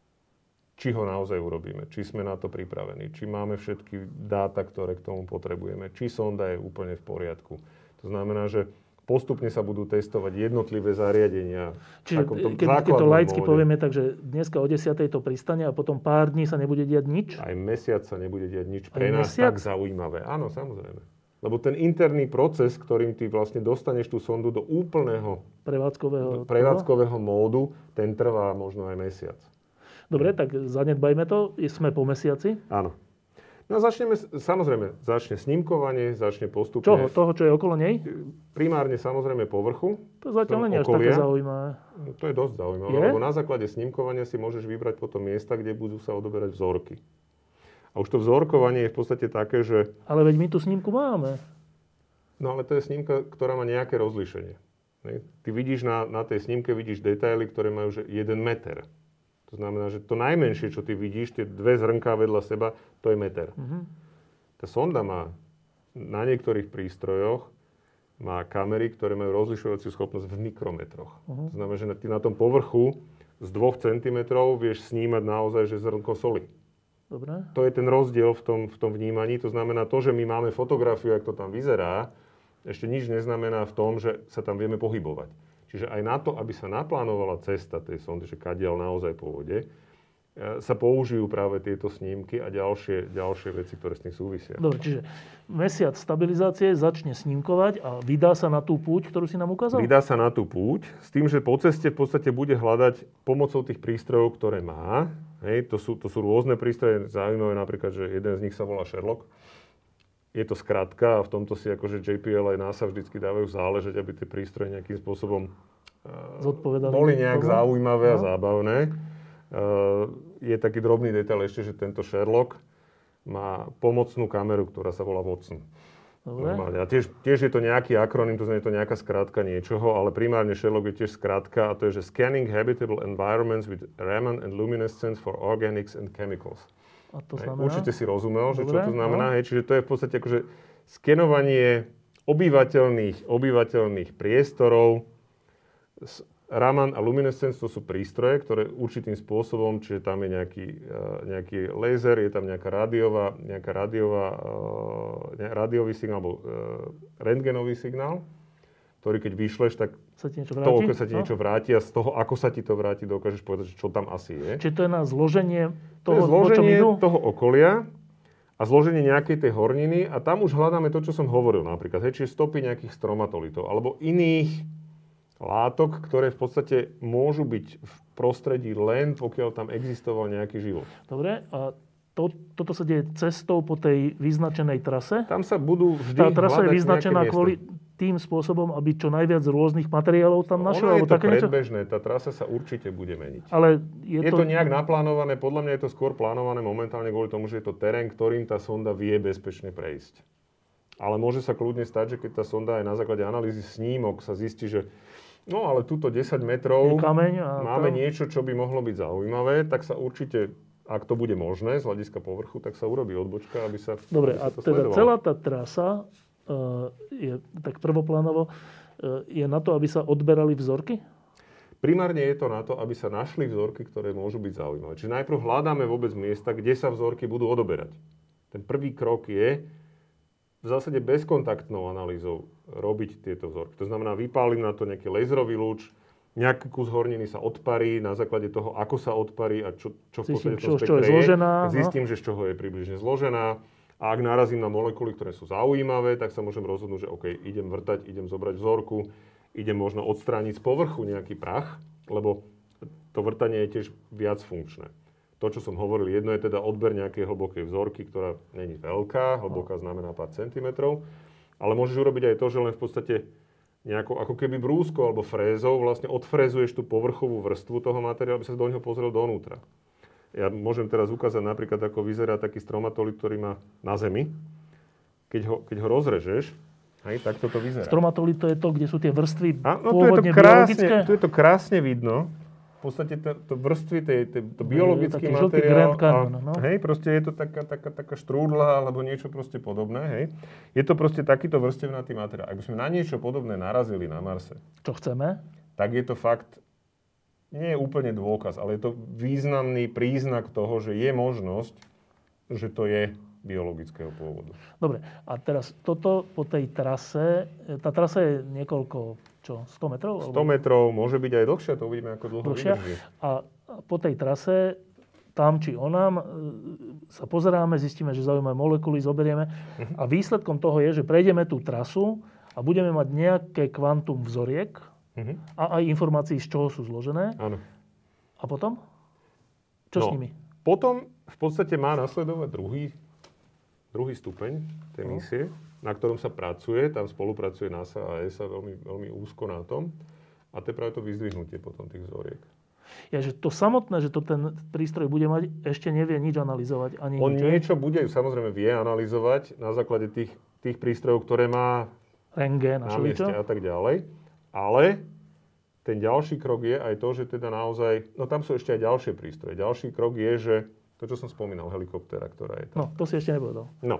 či ho naozaj urobíme, či sme na to pripravení, či máme všetky dáta, ktoré k tomu potrebujeme, či sonda je úplne v poriadku. To znamená, že postupne sa budú testovať jednotlivé zariadenia. Čiže keď, keď to laicky povieme, takže dneska o desiatej to pristane a potom pár dní sa nebude diať nič? Aj mesiac sa nebude diať nič. Aj Pre nás mesiac? tak zaujímavé. Áno, samozrejme. Lebo ten interný proces, ktorým ty vlastne dostaneš tú sondu do úplného prevádzkového, prevádzkového módu, ten trvá možno aj mesiac. Dobre, tak zanedbajme to. Sme po mesiaci. Áno. No a začneme, samozrejme, začne snímkovanie, začne postupne... Čoho? Toho, čo je okolo nej? Primárne samozrejme povrchu. To zatiaľ nie je až také zaujímavé. No, to je dosť zaujímavé, je? lebo na základe snímkovania si môžeš vybrať potom miesta, kde budú sa odoberať vzorky. A už to vzorkovanie je v podstate také, že... Ale veď my tú snímku máme. No ale to je snímka, ktorá má nejaké rozlíšenie. Ty vidíš na, na tej snímke, vidíš detaily, ktoré majú že jeden meter. To znamená, že to najmenšie, čo ty vidíš, tie dve zrnká vedľa seba, to je meter. Uh-huh. Tá sonda má na niektorých prístrojoch má kamery, ktoré majú rozlišovaciu schopnosť v mikrometroch. Uh-huh. To znamená, že ty na tom povrchu z dvoch centimetrov vieš snímať naozaj, že zrnko soli. Dobre. To je ten rozdiel v tom, v tom vnímaní. To znamená, to, že my máme fotografiu, ako to tam vyzerá, ešte nič neznamená v tom, že sa tam vieme pohybovať. Čiže aj na to, aby sa naplánovala cesta tej sondy, že kadiaľ naozaj pôjde, sa použijú práve tieto snímky a ďalšie, ďalšie veci, ktoré s tým súvisia. Dobre, čiže mesiac stabilizácie začne snímkovať a vydá sa na tú púť, ktorú si nám ukázal? Vydá sa na tú púť, s tým, že po ceste v podstate bude hľadať pomocou tých prístrojov, ktoré má. Hej, to sú, to sú rôzne prístroje, zaujímavé napríklad, že jeden z nich sa volá Sherlock. Je to skratka a v tomto si akože J P L aj NASA vždycky dávajú záležať, aby tie prístroje nejakým spôsobom uh, boli nejak tomu zaujímavé no. a zábavné. Uh, je taký drobný detail ešte, že tento Sherlock má pomocnú kameru, ktorá sa volá Watson. Normálne. A tiež, tiež je to nejaký akronym, to znamená, je to nejaká skratka niečoho, ale primárne Sherlock je tiež skratka a to je, že Scanning Habitable Environments with Raman and Luminescence for Organics and Chemicals. A to znamená? Určite si rozumel, Dobre, že čo to znamená. No. Hej, čiže to je v podstate akože skenovanie obyvateľných, obyvateľných priestorov. Raman a Luminescence to sú prístroje, ktoré určitým spôsobom, čiže tam je nejaký, nejaký laser, je tam nejaká rádiová, nejaká rádiová, rádiový signál alebo rentgenový signál, ktorý keď vyšleš, tak sa ti niečo to, vráti? ako sa ti no? niečo vráti a z toho, ako sa ti to vráti, dokážeš povedať, že čo tam asi je. Čiže to je na zloženie To toho, je zloženie po čom idú? toho okolia a zloženie nejakej tej horniny a tam už hľadáme to, čo som hovoril napríklad. Hej, čiže stopy nejakých stromatolitov alebo iných látok, ktoré v podstate môžu byť v prostredí len pokiaľ tam existoval nejaký život. Dobre, a to, toto sa deje cestou po tej vyznačenej trase? Tam sa budú vždy Tá trasa je hľadať vyznačená nejaké kvôli miesto. tým spôsobom, aby čo najviac rôznych materiálov tam našiel? Ono je alebo to také niečo? predbežné, tá trasa sa určite bude meniť. Ale je, Je to... to nejak naplánované, podľa mňa je to skôr plánované momentálne kvôli tomu, že je to terén, ktorým tá sonda vie bezpečne prejsť. Ale môže sa kľudne stať, že keď tá sonda aj na základe analýzy snímok sa zistí, že no ale túto desať metrov Je kameň a máme to... niečo, čo by mohlo byť zaujímavé, tak sa určite, ak to bude možné z hľadiska povrchu, tak sa urobí odbočka, aby sa Dobre, aby sa a to teda sledovalo. celá tá trasa uh, je tak prvoplánovo, uh, je na to, aby sa odberali vzorky? Primárne je to na to, aby sa našli vzorky, ktoré môžu byť zaujímavé. Čiže najprv hľadáme vôbec miesta, kde sa vzorky budú odoberať. Ten prvý krok je v zásade bezkontaktnou analýzou robiť tieto vzorky. To znamená, vypálim na to nejaký laserový lúč, nejaký kus horniny sa odparí, na základe toho, ako sa odparí a čo, čo v Zistím, podstate čo, to čo je spektre zložená, je. no. Zistím, že z čoho je približne zložená. A ak narazím na molekuly, ktoré sú zaujímavé, tak sa môžem rozhodnúť, že OK, idem vrtať, idem zobrať vzorku, idem možno odstrániť z povrchu nejaký prach, lebo to vrtanie je tiež viac funkčné. To, čo som hovoril, jedno je teda odber nejakej hlbokej vzorky, ktorá není veľká, hlboká znamená pár centimetrov, ale môžeš urobiť aj to, že len v podstate nejako, ako keby brúskou alebo frézou vlastne odfrézuješ tú povrchovú vrstvu toho materiálu, aby sa do neho pozrel donútra. Ja môžem teraz ukázať napríklad, ako vyzerá taký stromatolit, ktorý má na zemi. Keď ho, keď ho rozrežeš, hej, tak toto vyzerá. Stromatolit to je to, kde sú tie vrstvy A, no, pôvodne tu je to krásne, biologické? Tu je to krásne vidno. V podstate to, to vrstvy, tej, tej, to biologický taký žltý materiál. Grand Canyon, a, no. Hej, proste je to taká, taká, taká štrúdla alebo niečo proste podobné. Hej. Je to proste takýto vrstevnatý materiál. Ak by sme na niečo podobné narazili na Marse, Čo chceme? tak je to fakt, nie je úplne dôkaz, ale je to významný príznak toho, že je možnosť, že to je biologického pôvodu. Dobre, a teraz toto po tej trase, tá trasa je niekoľko, čo, sto metrov? sto metrov, môže byť aj dlhšia, to uvidíme, ako dlho Dlhšia. vydrží. A po tej trase, tam či onám, e, sa pozeráme, zistíme, že zaujímavé molekuly, zoberieme. Uh-huh. A výsledkom toho je, že prejdeme tú trasu a budeme mať nejaké kvantum vzoriek Uh-huh. a aj informácií, z čoho sú zložené. Áno. A potom? Čo No, s nimi? Potom v podstate má nasledovať druhý, druhý stupeň tej No. misie, na ktorom sa pracuje. Tam spolupracuje NASA a E S A veľmi, veľmi úzko na tom. A to je práve to vyzdvihnutie potom tých vzoriek. Je, že to samotné, že to ten prístroj bude mať, ešte nevie nič analyzovať. Ani On nič. niečo bude, samozrejme vie analyzovať na základe tých, tých prístrojov, ktoré má Rentgen a na mieste šeličo. a tak ďalej. Ale ten ďalší krok je aj to, že teda naozaj, no tam sú ešte aj ďalšie prístroje. Ďalší krok je, že to, čo som spomínal, helikoptéra, ktorá je tam. No, to si ešte nepovedal. No.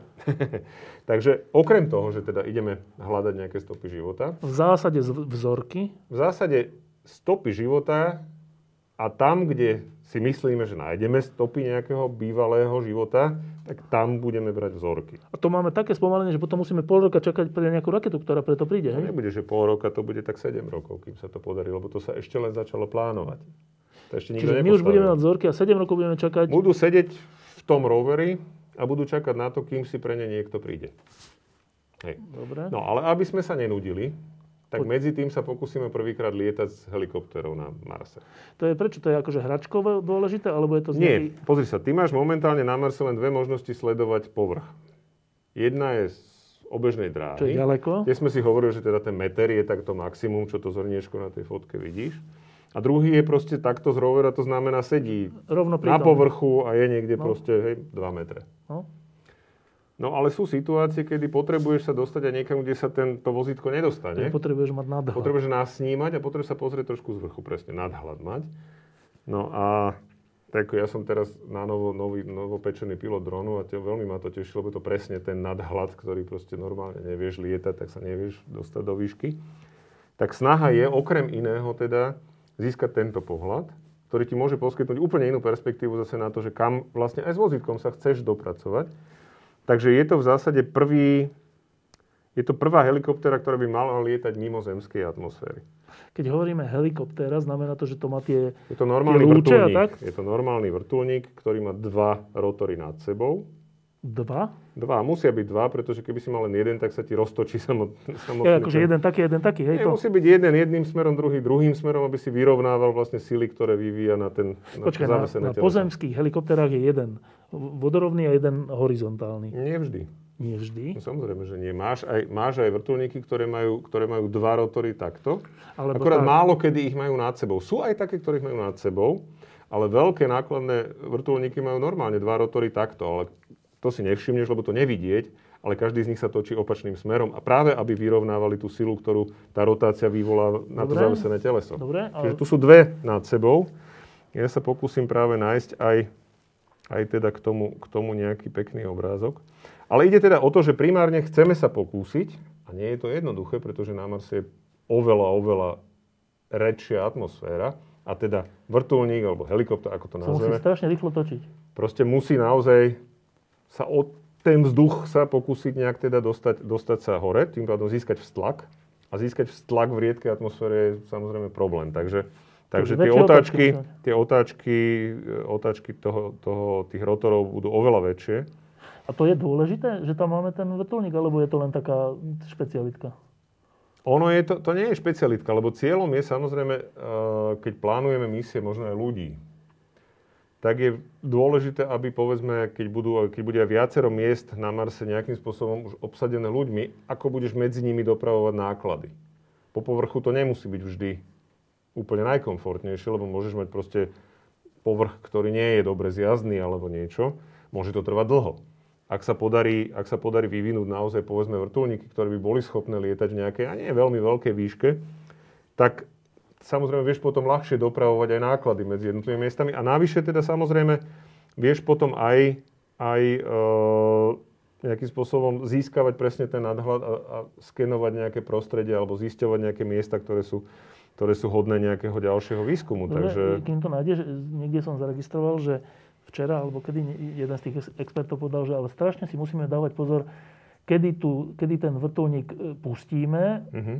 Takže okrem toho, že teda ideme hľadať nejaké stopy života, V zásade z- vzorky. v zásade stopy života a tam, kde si myslíme, že nájdeme stopy nejakého bývalého života, tak tam budeme brať vzorky. A to máme také spomalenie, že potom musíme pol roka čakať pre nejakú raketu, ktorá preto príde. To Hej? nebude, že pol roka, to bude tak sedem rokov, kým sa to podarí, lebo to sa ešte len začalo plánovať. To ešte nikto Čiže my už nepostavil. budeme mať vzorky a sedem rokov budeme čakať. Budú sedieť v tom roveri a budú čakať na to, kým si pre ne niekto príde. Hej. Dobre. No ale aby sme sa nenudili, tak Poď. medzi tým sa pokúsime prvýkrát lietať s helikoptérov na Marse. To je prečo? To je akože hračkové dôležité? Alebo je to z Nie, nejakej... pozri sa, ty máš momentálne na Marse len dve možnosti sledovať povrch. Jedna je z obežnej dráhy, Čo je ďaleko? kde sme si hovorili, že teda ten meter je takto maximum, čo to zrniečko na tej fotke vidíš. A druhý je proste takto z rovera, to znamená sedí Rovno pri na tom. povrchu a je niekde No. proste hej, dva metre. No. No ale sú situácie, kedy potrebuješ sa dostať aj niekam, kde sa tento vozítko nedostane. Potrebuješ mať nadhľad. Potrebuješ nás snímať a potrebuješ sa pozrieť trošku z vrchu, presne, nadhľad mať. No a tak ja som teraz na novo, nový, novopečený pilot dronu a te, veľmi ma to tešilo, lebo to presne ten nadhľad, ktorý proste normálne nevieš lietať, tak sa nevieš dostať do výšky. Tak snaha je okrem iného teda získať tento pohľad, ktorý ti môže poskytnúť úplne inú perspektívu zase na to, že kam vlastne aj s vozítkom sa chceš dopracovať. Takže je to v zásade prvý, Je to prvá helikoptéra, ktorá by mala lietať mimo zemskej atmosféry. Keď hovoríme helikoptéra, znamená to, že to má tie Je to normálny lúče a vrtuľník. tak? Je to normálny vrtuľník, ktorý má dva rotory nad sebou. Dva? Dva. Musia byť dva, pretože keby si mal len jeden, tak sa ti roztočí samot, samotný. Je akože jeden taký, jeden taký, hej Nie, to? musí byť jeden jedným smerom, druhý druhým smerom, aby si vyrovnával vlastne sily, ktoré vyvíja na ten Počkaj, na, na pozemských helikopterách je jeden vodorovný a jeden horizontálny. Nie vždy. Nie vždy. No, samozrejme, že nie. Máš aj, máš aj vrtuľníky, ktoré majú, ktoré majú dva rotory takto. Alebo Akorát tak. málo kedy ich majú nad sebou. Sú aj také, ktoré ich majú nad sebou, ale veľké nákladné vrtuľníky majú normálne dva rotory takto. Ale to si nevšimneš, lebo to nevidieť, ale každý z nich sa točí opačným smerom. A práve, aby vyrovnávali tú silu, ktorú tá rotácia vyvolá na to zavesené teleso. Dobre, ale... Čiže tu sú dve nad sebou. Ja sa pokúsim práve nájsť aj, aj teda k tomu, k tomu nejaký pekný obrázok. Ale ide teda o to, že primárne chceme sa pokúsiť, a nie je to jednoduché, pretože na Marse je oveľa, oveľa redšia atmosféra, a teda vrtuľník alebo helikopter, ako to sa musí nazveme, strašne rýchlo točiť. proste musí naozaj sa od ten vzduch sa pokúsiť nejak teda dostať, dostať sa hore, tým pádom získať vztlak. A získať vztlak v riedkej atmosfére je samozrejme problém. Takže, takže tie otáčky, tie otáčky, otáčky toho, toho, tých rotorov budú oveľa väčšie. A to je dôležité, že tam máme ten vrtuľník, alebo je to len taká špecialitka? Ono je to, to nie je špecialitka, lebo cieľom je samozrejme, keď plánujeme misie možno aj ľudí, tak je dôležité, aby povedzme, keď, budú, keď bude aj viacero miest na Marse nejakým spôsobom už obsadené ľuďmi, ako budeš medzi nimi dopravovať náklady. Po povrchu to nemusí byť vždy úplne najkomfortnejšie, lebo môžeš mať proste povrch, ktorý nie je dobre zjazdný alebo niečo. Môže to trvať dlho. Ak sa podarí, ak sa podarí vyvinúť naozaj povedzme vrtuľníky, ktoré by boli schopné lietať v nejakej, a nie veľmi veľkej výške, tak samozrejme vieš potom ľahšie dopravovať aj náklady medzi jednotlivými miestami. A navyše teda samozrejme vieš potom aj, aj e, nejakým spôsobom získavať presne ten nadhľad a, a skenovať nejaké prostredie alebo zisťovať nejaké miesta, ktoré sú, ktoré sú hodné nejakého ďalšieho výskumu. Dobre, Takže... kým to nájdeš, niekde som zaregistroval, že včera, alebo kedy jeden z tých expertov povedal, že ale strašne si musíme dávať pozor, kedy, tu, kedy ten vrtuľník pustíme, uh-huh.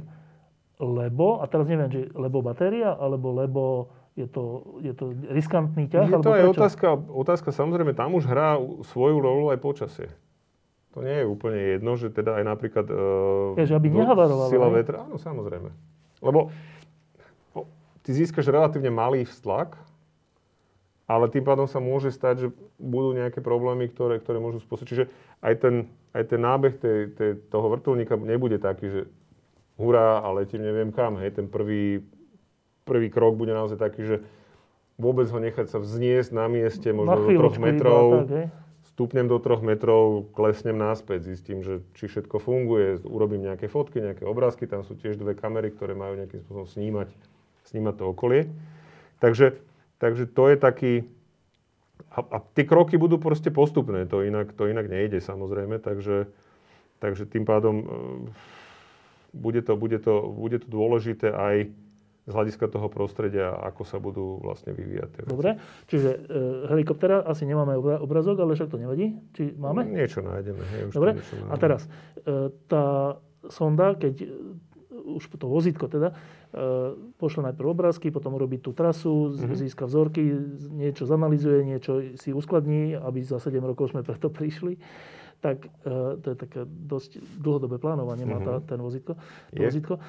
lebo, a teraz neviem, či lebo batéria, alebo lebo je to, je to riskantný ťah, je alebo to aj prečo? otázka, otázka, samozrejme, tam už hrá svoju rolu aj počasie. To nie je úplne jedno, že teda aj napríklad je, že aby nehavarovalo, sila vetra, áno, samozrejme. Lebo ty získaš relatívne malý vztlak, ale tým pádom sa môže stať, že budú nejaké problémy, ktoré, ktoré môžu spôsobiť. Čiže aj ten, aj ten nábeh tej, tej, toho vrtuľníka nebude taký, že hurá, a letím neviem kam. Hej, ten prvý, prvý krok bude naozaj taký, že vôbec ho nechať sa vzniesť na mieste, možno do troch metrov. Tak, stúpnem do troch metrov, klesnem naspäť, zistím, že či všetko funguje, urobím nejaké fotky, nejaké obrázky. Tam sú tiež dve kamery, ktoré majú nejakým spôsobom snímať, snímať to okolie. Takže Takže to je taký... A, a tie kroky budú proste postupné, to inak, to inak nejde samozrejme, takže, takže tým pádom e, bude, to, bude, to, bude to dôležité aj z hľadiska toho prostredia, ako sa budú vlastne vyvíjať tie veci. Dobre, čiže e, helikoptera, asi nemáme obrazok, ale však to nevadí? Či máme? Niečo nájdeme. Hej, už Dobre, niečo nájdeme. A teraz, e, tá sonda, keď už to vozítko teda, pošle najprv obrázky, potom urobí tú trasu, mm-hmm. získa vzorky, niečo zanalizuje, niečo si uskladní, aby za sedem rokov sme preto prišli. Tak to je také dosť dlhodobé plánovanie, má tá, ten vozítko. vozítko.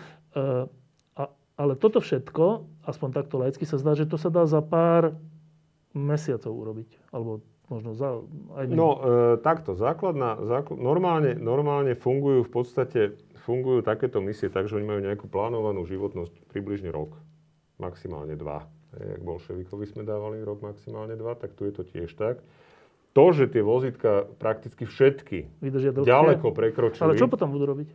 A, ale toto všetko, aspoň takto laicky sa zdá, že to sa dá za pár mesiacov urobiť. Alebo možno za... Aj no, e, takto. Základná, základ, normálne, normálne fungujú v podstate fungujú takéto misie tak, že oni majú nejakú plánovanú životnosť približne rok. Maximálne dva. Jak bolševikovi sme dávali rok maximálne dva, tak tu je to tiež tak. To, že tie vozítka prakticky všetky ďaleko prekročili... Ale čo potom budú robiť?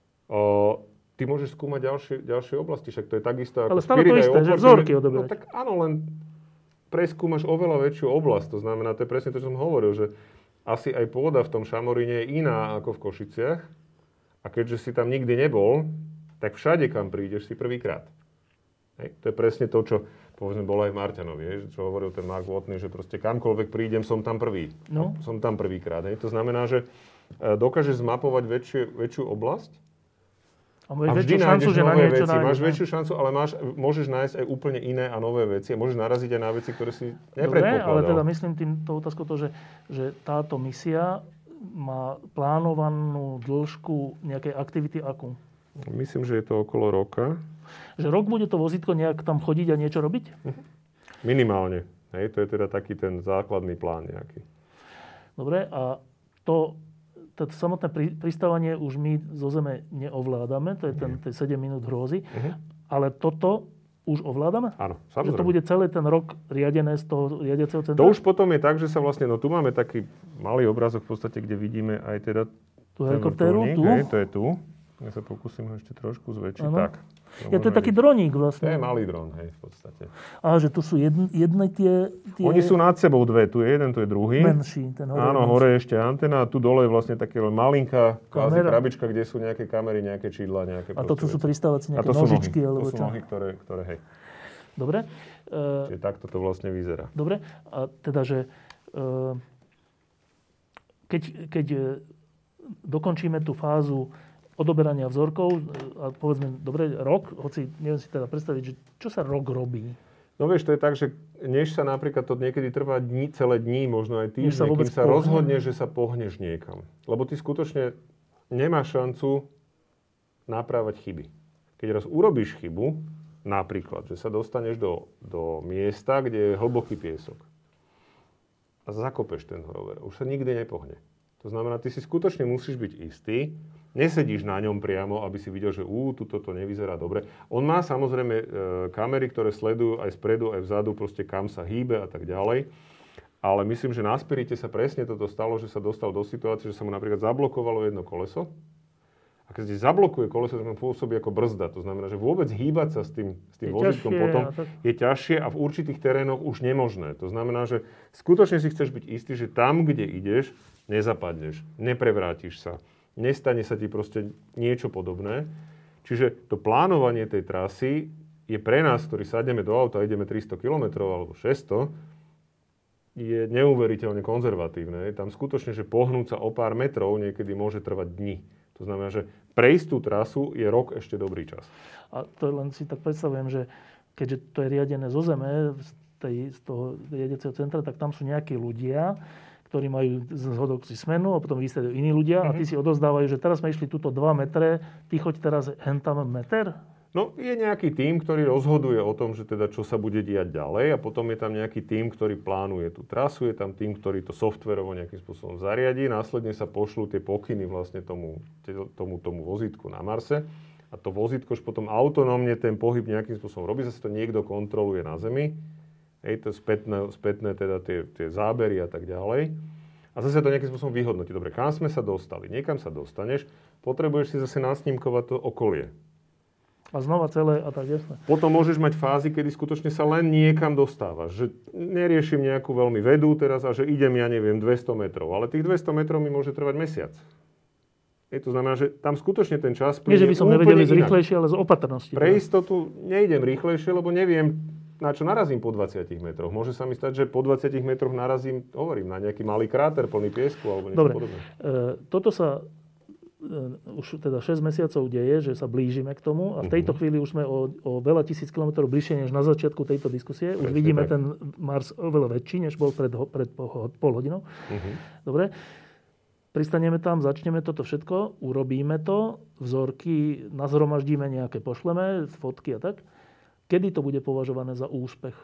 O, ty môžeš skúmať ďalšie, ďalšie oblasti, však to je takisto ako... Ale stále to isté, že vzorky odoberať. No tak áno, len preskúmaš oveľa väčšiu oblasť. To znamená, to je presne to, čo som hovoril, že asi aj pôda v tom Šamoríne je iná ako v Košiciach. A keďže si tam nikdy nebol, tak všade, kam prídeš, si prvýkrát. Hej, to je presne to, čo povedzme bolo aj v Marťanovi, hej, čo hovoril ten Mark Watney, že proste kamkoľvek prídem, som tam prvý. No. Som tam prvýkrát. Hej. To znamená, že dokážeš zmapovať väčšiu, väčšiu oblasť. A, a vždy šancu, že na niečo veci. nájdeš. Máš väčšiu šancu, ale máš, môžeš nájsť aj úplne iné a nové veci. A môžeš naraziť aj na veci, ktoré si nepredpokladal. Dobre, ale teda myslím týmto otázkou to, že, že táto misia má plánovanú dĺžku nejakej aktivity akú? Myslím, že je to okolo roka. Že rok bude to vozítko nejak tam chodiť a niečo robiť? Minimálne. Hej, to je teda taký ten základný plán nejaký. Dobre, a to... To samotné pristávanie už my zo Zeme neovládame, to je ten sedem minút hrôzy, uh-huh. ale toto už ovládame? Áno, samozrejme. Že to bude celý ten rok riadené z toho riadiaceho centra? To už potom je tak, že sa vlastne, no tu máme taký malý obrázok v podstate, kde vidíme aj teda tú helikoptéru, tu? Hej, to je tu. Ja sa pokúsim ho ešte trošku zväčšiť. Ano. Tak. Ja, to je taký droník vlastne. To je malý dron, hej, v podstate. A že tu sú jedn, jedné tie, tie... Oni sú nad sebou dve, tu je jeden, tu je druhý. Menší, ten hore. Áno, hore je ešte antena a tu dole je vlastne také malinká kvázi Kamera. krabička, kde sú nejaké kamery, nejaké čidlá, nejaké... A to tu sú pristávacie nejaké nožičky, nožičky, nohy. alebo to sú čo? nohy, ktoré, ktoré hej. Dobre. Uh, Čiže takto to vlastne vyzerá. Dobre. A teda, že uh, keď, keď dokončíme tú fázu odoberania vzorkov a povedzme, dobre, rok, hoci neviem si teda predstaviť, že čo sa rok robí? No vieš, to je tak, že než sa napríklad to niekedy trvá dní, celé dní, možno aj týždne, sa kým sa pohne. rozhodne, že sa pohneš niekam. Lebo ty skutočne nemáš šancu naprávať chyby. Keď raz urobíš chybu, napríklad, že sa dostaneš do, do miesta, kde je hlboký piesok a zakopeš ten rover, už sa nikdy nepohne. To znamená, ty si skutočne musíš byť istý, nesedíš na ňom priamo, aby si videl, že ú, tuto to nevyzerá dobre. On má samozrejme e, kamery, ktoré sledujú aj spredu, aj vzadu, proste kam sa hýbe a tak ďalej. Ale myslím, že na Spirite sa presne toto stalo, že sa dostal do situácie, že sa mu napríklad zablokovalo jedno koleso. A keď sa zablokuje koleso, to pôsobí ako brzda. To znamená, že vôbec hýbať sa s tým, s tým vozítkom potom tak... je ťažšie a v určitých terénoch už nemožné. To znamená, že skutočne si chceš byť istý, že tam, kde ideš, nezapadneš, neprevrátiš sa. Nestane sa ti proste niečo podobné. Čiže to plánovanie tej trasy je pre nás, ktorí sadneme do auta a ideme tristo kilometrov alebo šesťsto, je neuveriteľne konzervatívne. Tam skutočne, že pohnúť sa o pár metrov niekedy môže trvať dni. To znamená, že prejsť tú trasu je rok ešte dobrý čas. A to len si tak predstavujem, že keďže to je riadené zo Zeme, z, tej, z toho riadiaceho centra, tak tam sú nejakí ľudia, ktorí majú zhodok si smenu a potom vystedujú iní ľudia mm-hmm. a tí si odozdávajú, že teraz sme išli tuto dva metre, ty choď teraz hentam meter? No, je nejaký tím, ktorý rozhoduje o tom, že teda čo sa bude diať ďalej a potom je tam nejaký tím, ktorý plánuje tú trasu, je tam tím, ktorý to softverovo nejakým spôsobom zariadí, následne sa pošlú tie pokyny vlastne tomu, tomu, tomu vozítku na Marse a to vozítko už potom autonómne ten pohyb nejakým spôsobom robí, zase to niekto kontroluje na Zemi. Hej, to spätné, spätné teda tie, tie zábery a tak ďalej. A zase to nejakým spôsobom vyhodnotí. Dobre, kam sme sa dostali? Niekam sa dostaneš, potrebuješ si zase nasnímkovať to okolie. A znova celé a tak jasné. Potom môžeš mať fázy, kedy skutočne sa len niekam dostávaš. Že neriešim nejakú veľmi vedu teraz a že idem, ja neviem, dvesto metrov. Ale tých dvesto metrov mi môže trvať mesiac. Hej, to znamená, že tam skutočne ten čas plynie. Nie, že by som nevedel ísť rýchlejšie, ale z opatrnosti. Pre istotu nejdem rýchlejšie, lebo neviem, na čo narazím po dvadsiatich metroch. Môže sa mi stať, že po dvadsiatich metroch narazím, hovorím, na nejaký malý kráter plný piesku alebo niečo Dobre. podobné. E, toto sa e, už teda šesť mesiacov deje, že sa blížime k tomu a v tejto uh-huh. chvíli už sme o, o veľa tisíc kilometrov bližšie než na začiatku tejto diskusie. Už Prečne vidíme tak. Ten Mars oveľa väčší, než bol pred, pred pol hodinou. Uh-huh. Dobre. Pristaneme tam, začneme toto všetko, urobíme to, vzorky nazhromaždíme nejaké, pošleme, fotky a tak. Kedy to bude považované za úspech?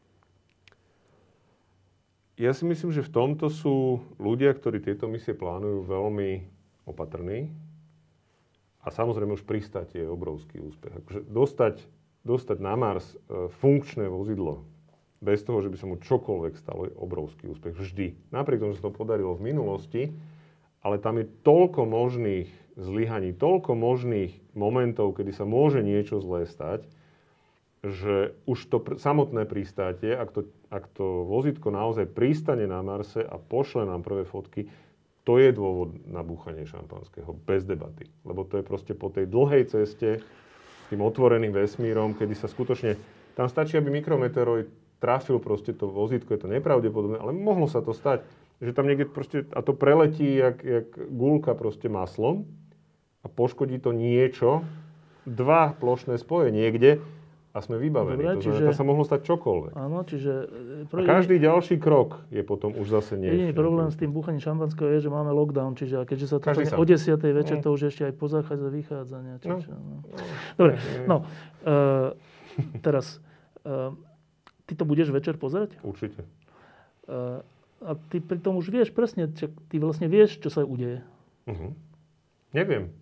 Ja si myslím, že v tomto sú ľudia, ktorí tieto misie plánujú, veľmi opatrní. A samozrejme už pristátie je obrovský úspech. Akože dostať, dostať na Mars e, funkčné vozidlo, bez toho, že by sa mu čokoľvek stalo, je obrovský úspech. Vždy. Napriek tomu, že sa to podarilo v minulosti, ale tam je toľko možných zlyhaní, toľko možných momentov, kedy sa môže niečo zlé stať, že už to pr- samotné pristátie, ak to, ak to vozítko naozaj pristane na Marse a pošle nám prvé fotky, to je dôvod na búchanie šampanského, bez debaty. Lebo to je proste po tej dlhej ceste s tým otvoreným vesmírom, kedy sa skutočne, tam stačí, aby mikrometeoroid trafil proste to vozítko, je to nepravdepodobné, ale mohlo sa to stať. že tam niekde proste, a to preletí jak, jak guľka proste maslom a poškodí to niečo, dva plošné spoje niekde a sme vybavení. Dobre, to čiže, znamená, to sa mohlo stať čokoľvek. Áno, čiže... A každý ďalší krok je potom už zase niečo. Jediný problém s tým búchaním šampanského je, že máme lockdown, čiže keďže sa to stane sa. o desiatej večer, No. to už ešte aj po záchode vychádzania. No. Čiže, no. Dobre, no, uh, teraz, uh, ty to budeš večer pozerať? Určite. Uh, a ty pritom už vieš presne, čo, ty vlastne vieš, čo sa udeje. Uh-huh. Neviem.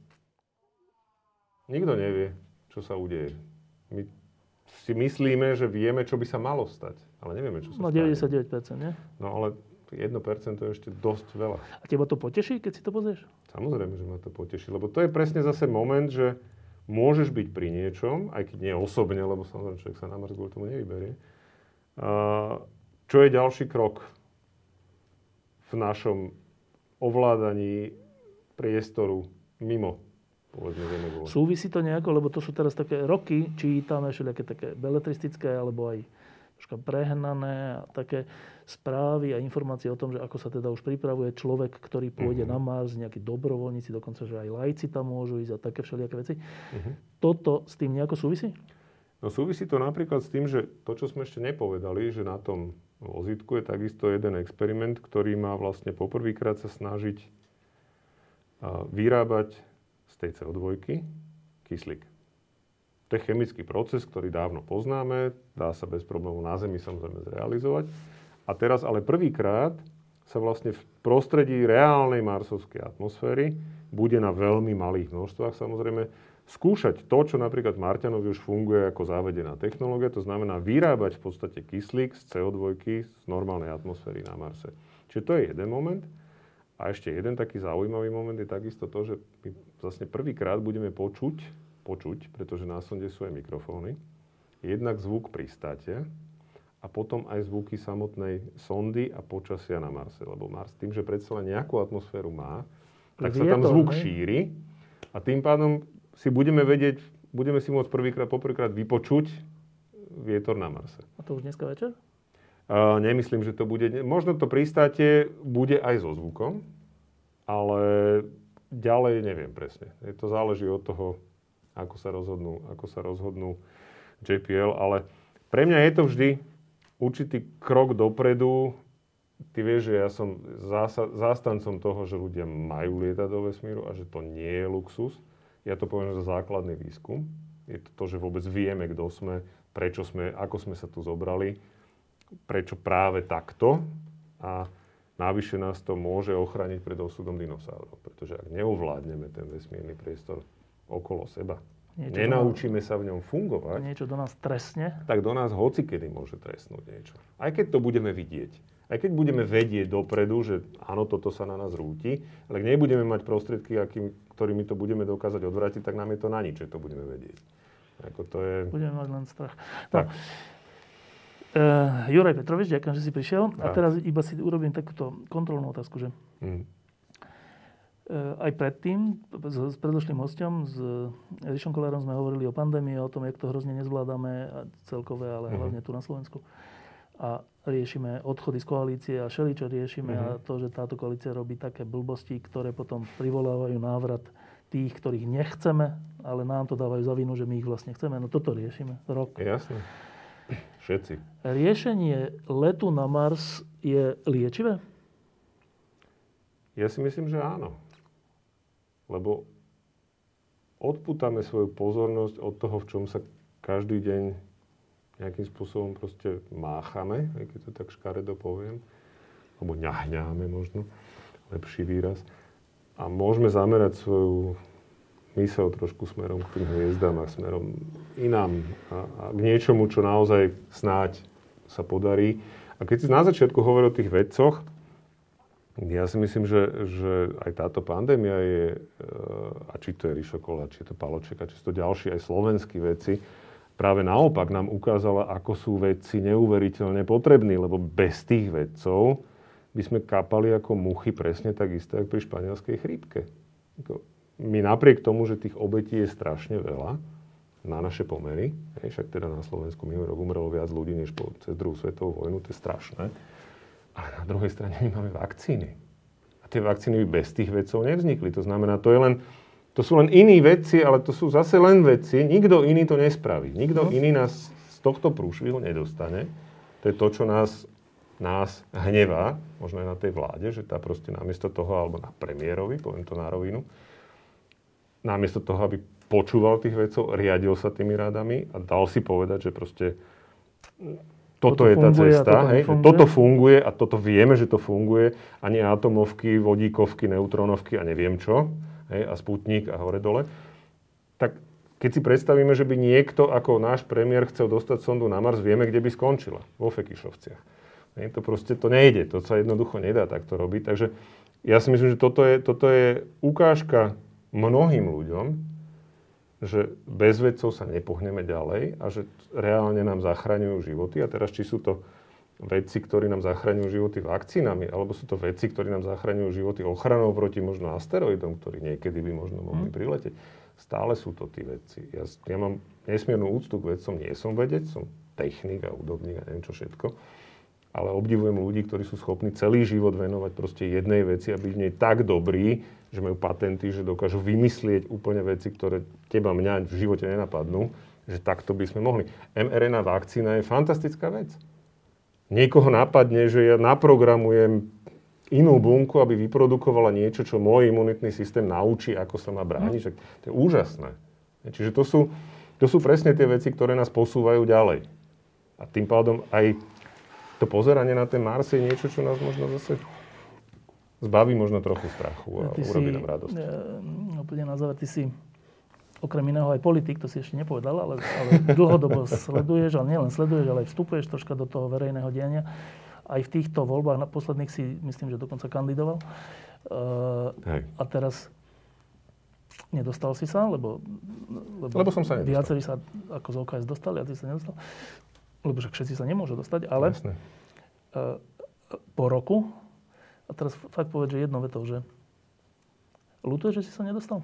Nikto nevie, čo sa udeje. My si myslíme, že vieme, čo by sa malo stať, ale nevieme, čo sa No stane. deväťdesiatdeväť percent, nie? No ale jedno percento je ešte dosť veľa. A teba to poteší, keď si to pozrieš? Samozrejme, že ma to poteší, lebo to je presne zase moment, že môžeš byť pri niečom, aj keď nie osobne, lebo samozrejme človek sa na Mars kvôli tomu nevyberie. Uh, čo je ďalší krok v našom ovládaní priestoru mimo, povedzme, Zemegule? Súvisí to nejako, lebo to sú teraz také roky, čítame všelijaké také beletristické, alebo aj troška prehnané, také správy a informácie o tom, že ako sa teda už pripravuje človek, ktorý pôjde uh-huh. na Mars, nejakí dobrovoľníci, dokonca, že aj laici tam môžu ísť a také všelijaké veci. Uh-huh. Toto s tým nejako súvisí? No súvisí to napríklad s tým, že to, čo sme ešte nepovedali, že na tom vozítku je takisto jeden experiment, ktorý má vlastne poprvýkrát sa snažiť vyrábať z tej cé o dva kyslík. To je chemický proces, ktorý dávno poznáme, dá sa bez problémov na Zemi samozrejme zrealizovať. A teraz ale prvýkrát sa vlastne v prostredí reálnej marsovskej atmosféry bude na veľmi malých množstvách samozrejme skúšať to, čo napríklad v Marťanovi už funguje ako závedená technológia, to znamená vyrábať v podstate kyslík z cé o dva z normálnej atmosféry na Marse. Čiže to je jeden moment. A ešte jeden taký zaujímavý moment je takisto to, že my vlastne prvýkrát budeme počuť, počuť, pretože na sonde sú aj mikrofóny, jednak zvuk pristátia a potom aj zvuky samotnej sondy a počasia na Marse. Lebo Mars tým, že predsa len nejakú atmosféru má, tak sa tam zvuk šíri a tým pádom si budeme vedieť, budeme si môcť prvýkrát, poprvýkrát vypočuť vietor na Marse. A to už dneska večer? Uh, nemyslím, že to bude... Možno to pristátie bude aj so zvukom, ale ďalej neviem presne. Je to záleží od toho, ako sa rozhodnú, ako sa rozhodnú J P L, ale pre mňa je to vždy určitý krok dopredu. Ty vieš, že ja som zása- zástancom toho, že ľudia majú lietať do vesmíru a že to nie je luxus. Ja to poviem za základný výskum. Je to to, že vôbec vieme, kto sme, prečo sme, ako sme sa tu zobrali, prečo práve takto a navyše nás to môže ochrániť pred osudom dinosaurov. Pretože ak neovládneme ten vesmírny priestor okolo seba, niečo nenaučíme sa v ňom fungovať, niečo do nás trestne, tak do nás hocikedy môže trestnúť niečo. Aj keď to budeme vidieť. Aj keď budeme vedieť dopredu, že áno, toto sa na nás rúti, ale ak nebudeme mať prostriedky, akým, ktorými to budeme dokázať odvrátiť, tak nám je to na nič, že to budeme vedieť. Ako to je... Budeme mať len strach. No. Uh, Juraj Petrovič, ďakujem, že si prišiel. A teraz iba si urobím takúto kontrolnú otázku, že mm. uh, aj predtým s, s predošlým hosťom, s Rišom Kolárom sme hovorili o pandémii, o tom, jak to hrozne nezvládame celkové, ale mm-hmm. hlavne tu na Slovensku. A riešime odchody z koalície a všeličo riešime mm-hmm. a to, že táto koalícia robí také blbosti, ktoré potom privolávajú návrat tých, ktorých nechceme, ale nám to dávajú za vinu, že my ich vlastne chceme. No toto riešime rok. Jasné. Všetci. Riešenie letu na Mars je liečivé? Ja si myslím, že áno. Lebo odpútame svoju pozornosť od toho, v čom sa každý deň nejakým spôsobom proste máchame, aj keď to tak škaredo poviem, alebo ňahňáme možno, lepší výraz. A môžeme zamerať svoju myseľ trošku smerom k tým hviezdám a smerom inám a, a k niečomu, čo naozaj snáď sa podarí. A keď si na začiatku hovoril o tých vedcoch, ja si myslím, že, že aj táto pandémia je, a či to je Rišo Kolár, či je to Paloček, či sú to ďalší aj slovenskí vedci, práve naopak nám ukázala, ako sú vedci neuveriteľne potrební, lebo bez tých vedcov by sme kapali ako muchy presne tak isté, ako pri španielskej chrípke. My napriek tomu, že tých obetí je strašne veľa na naše pomery, však teda na Slovensku minulý rok umrelo viac ľudí než po, cez druhú svetovú vojnu, to je strašné, Ale na druhej strane my máme vakcíny. A tie vakcíny by bez tých vedcov nevznikli. To znamená, to je len, to sú len iní vedci, ale to sú zase len vedci. Nikto iný to nespraví. Nikto no. iný nás z tohto prúšvihu nedostane. To je to, čo nás, nás hnevá, možno aj na tej vláde, že tá proste namiesto toho, alebo na premiérovi, poviem to na rovinu, namiesto toho, aby počúval tých vedcov, riadil sa tými radami a dal si povedať, že proste toto, toto je tá cesta. Toto, hej, toto funguje a toto vieme, že to funguje. A nie atomovky, vodíkovky, neutrónovky a neviem čo. Hej, a Sputnik a hore dole. Tak keď si predstavíme, že by niekto ako náš premiér chcel dostať sondu na Mars, vieme, kde by skončila. Vo Fekyšovciach. Hej, to proste to nejde. To sa jednoducho nedá takto robiť. Takže ja si myslím, že toto je, toto je ukážka mnohým ľuďom, že bez vedcov sa nepohneme ďalej a že reálne nám zachraňujú životy. A teraz, či sú to vedci, ktorí nám zachraňujú životy vakcínami, alebo sú to vedci, ktorí nám zachraňujú životy ochranou proti možno asteroidom, ktorí niekedy by možno mohli prileteť. Stále sú to tí vedci. Ja, ja mám nesmiernu úctu k vedcom, nie som vedec, som technik a údobník a neviem čo všetko. Ale obdivujem ľudí, ktorí sú schopní celý život venovať proste jednej veci a byť v nej tak dobrí, že majú patenty, že dokážu vymyslieť úplne veci, ktoré teba, mňa v živote nenapadnú, že takto by sme mohli. em er en á vakcína je fantastická vec. Niekoho napadne, že ja naprogramujem inú bunku, aby vyprodukovala niečo, čo môj imunitný systém naučí, ako sa má brániť. To je úžasné. Čiže to sú, to sú presne tie veci, ktoré nás posúvajú ďalej. A tým pádom aj to pozeranie na ten Mars je niečo, čo nás možno zase zbaví možno trochu strachu a ty urobí si, nám radosť. Ja, úplne na záver, ty si okrem iného aj politik, to si ešte nepovedal, ale, ale dlhodobo sleduješ, ale nielen sleduješ, ale aj vstupuješ troška do toho verejného diania. Aj v týchto voľbách, na posledných si myslím, že dokonca kandidoval. Uh, a teraz nedostal si sa, lebo, lebo, lebo som sa nedostal. Viacerí sa ako z ó ká es dostali a ty sa nedostal. Lebo však všetci sa nemôžu dostať, ale uh, po roku, a teraz fakt povedz, že jednou vetou, že ľutuješ, že si sa nedostal?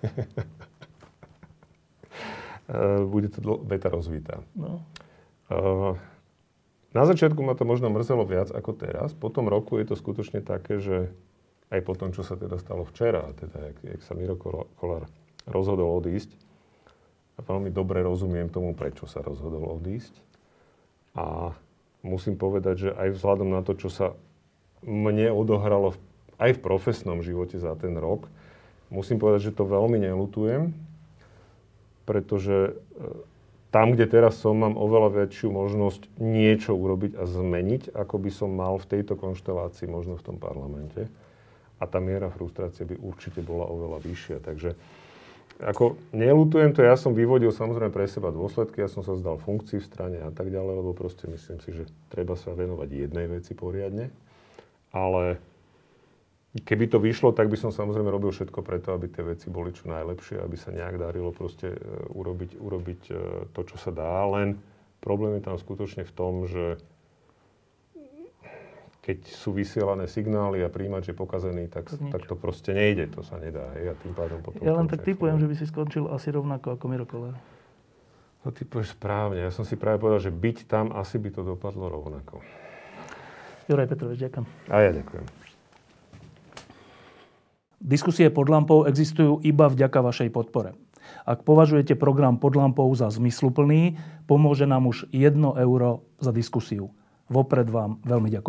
uh, bude to dl- veta rozvitá. No. Uh, na začiatku ma to možno mrzelo viac ako teraz. Po tom roku je to skutočne také, že aj po tom, čo sa teda stalo včera, teda jak, jak sa Miro Kollár rozhodol odísť, a veľmi dobre rozumiem tomu, prečo sa rozhodol odísť. A musím povedať, že aj vzhľadom na to, čo sa mne odohralo v, aj v profesnom živote za ten rok, musím povedať, že to veľmi neľutujem, pretože tam, kde teraz som, mám oveľa väčšiu možnosť niečo urobiť a zmeniť, ako by som mal v tejto konštelácii možno v tom parlamente. A tá miera frustrácie by určite bola oveľa vyššia. Takže ako neľutujem to, ja som vyvodil samozrejme pre seba dôsledky, ja som sa vzdal funkcií v strane a tak ďalej, lebo proste myslím si, že treba sa venovať jednej veci poriadne. Ale keby to vyšlo, tak by som samozrejme robil všetko preto, aby tie veci boli čo najlepšie, aby sa nejak darilo proste urobiť, urobiť to, čo sa dá. Len problém je tam skutočne v tom, že keď sú vysielané signály a príjimač je pokazený, tak, tak to proste nejde, to sa nedá. Hej, a tým pádom potom... Ja len tak typujem, že by si skončil asi rovnako ako Miro Kollár. No typuješ správne. Ja som si práve povedal, že byť tam, asi by to dopadlo rovnako. Juraj Petrovič, ďakujem. A ja ďakujem. Diskusie pod lampou existujú iba vďaka vašej podpore. Ak považujete program Pod lampou za zmysluplný, pomôže nám už jedno euro za diskusiu. Vopred vám veľmi ďakujem.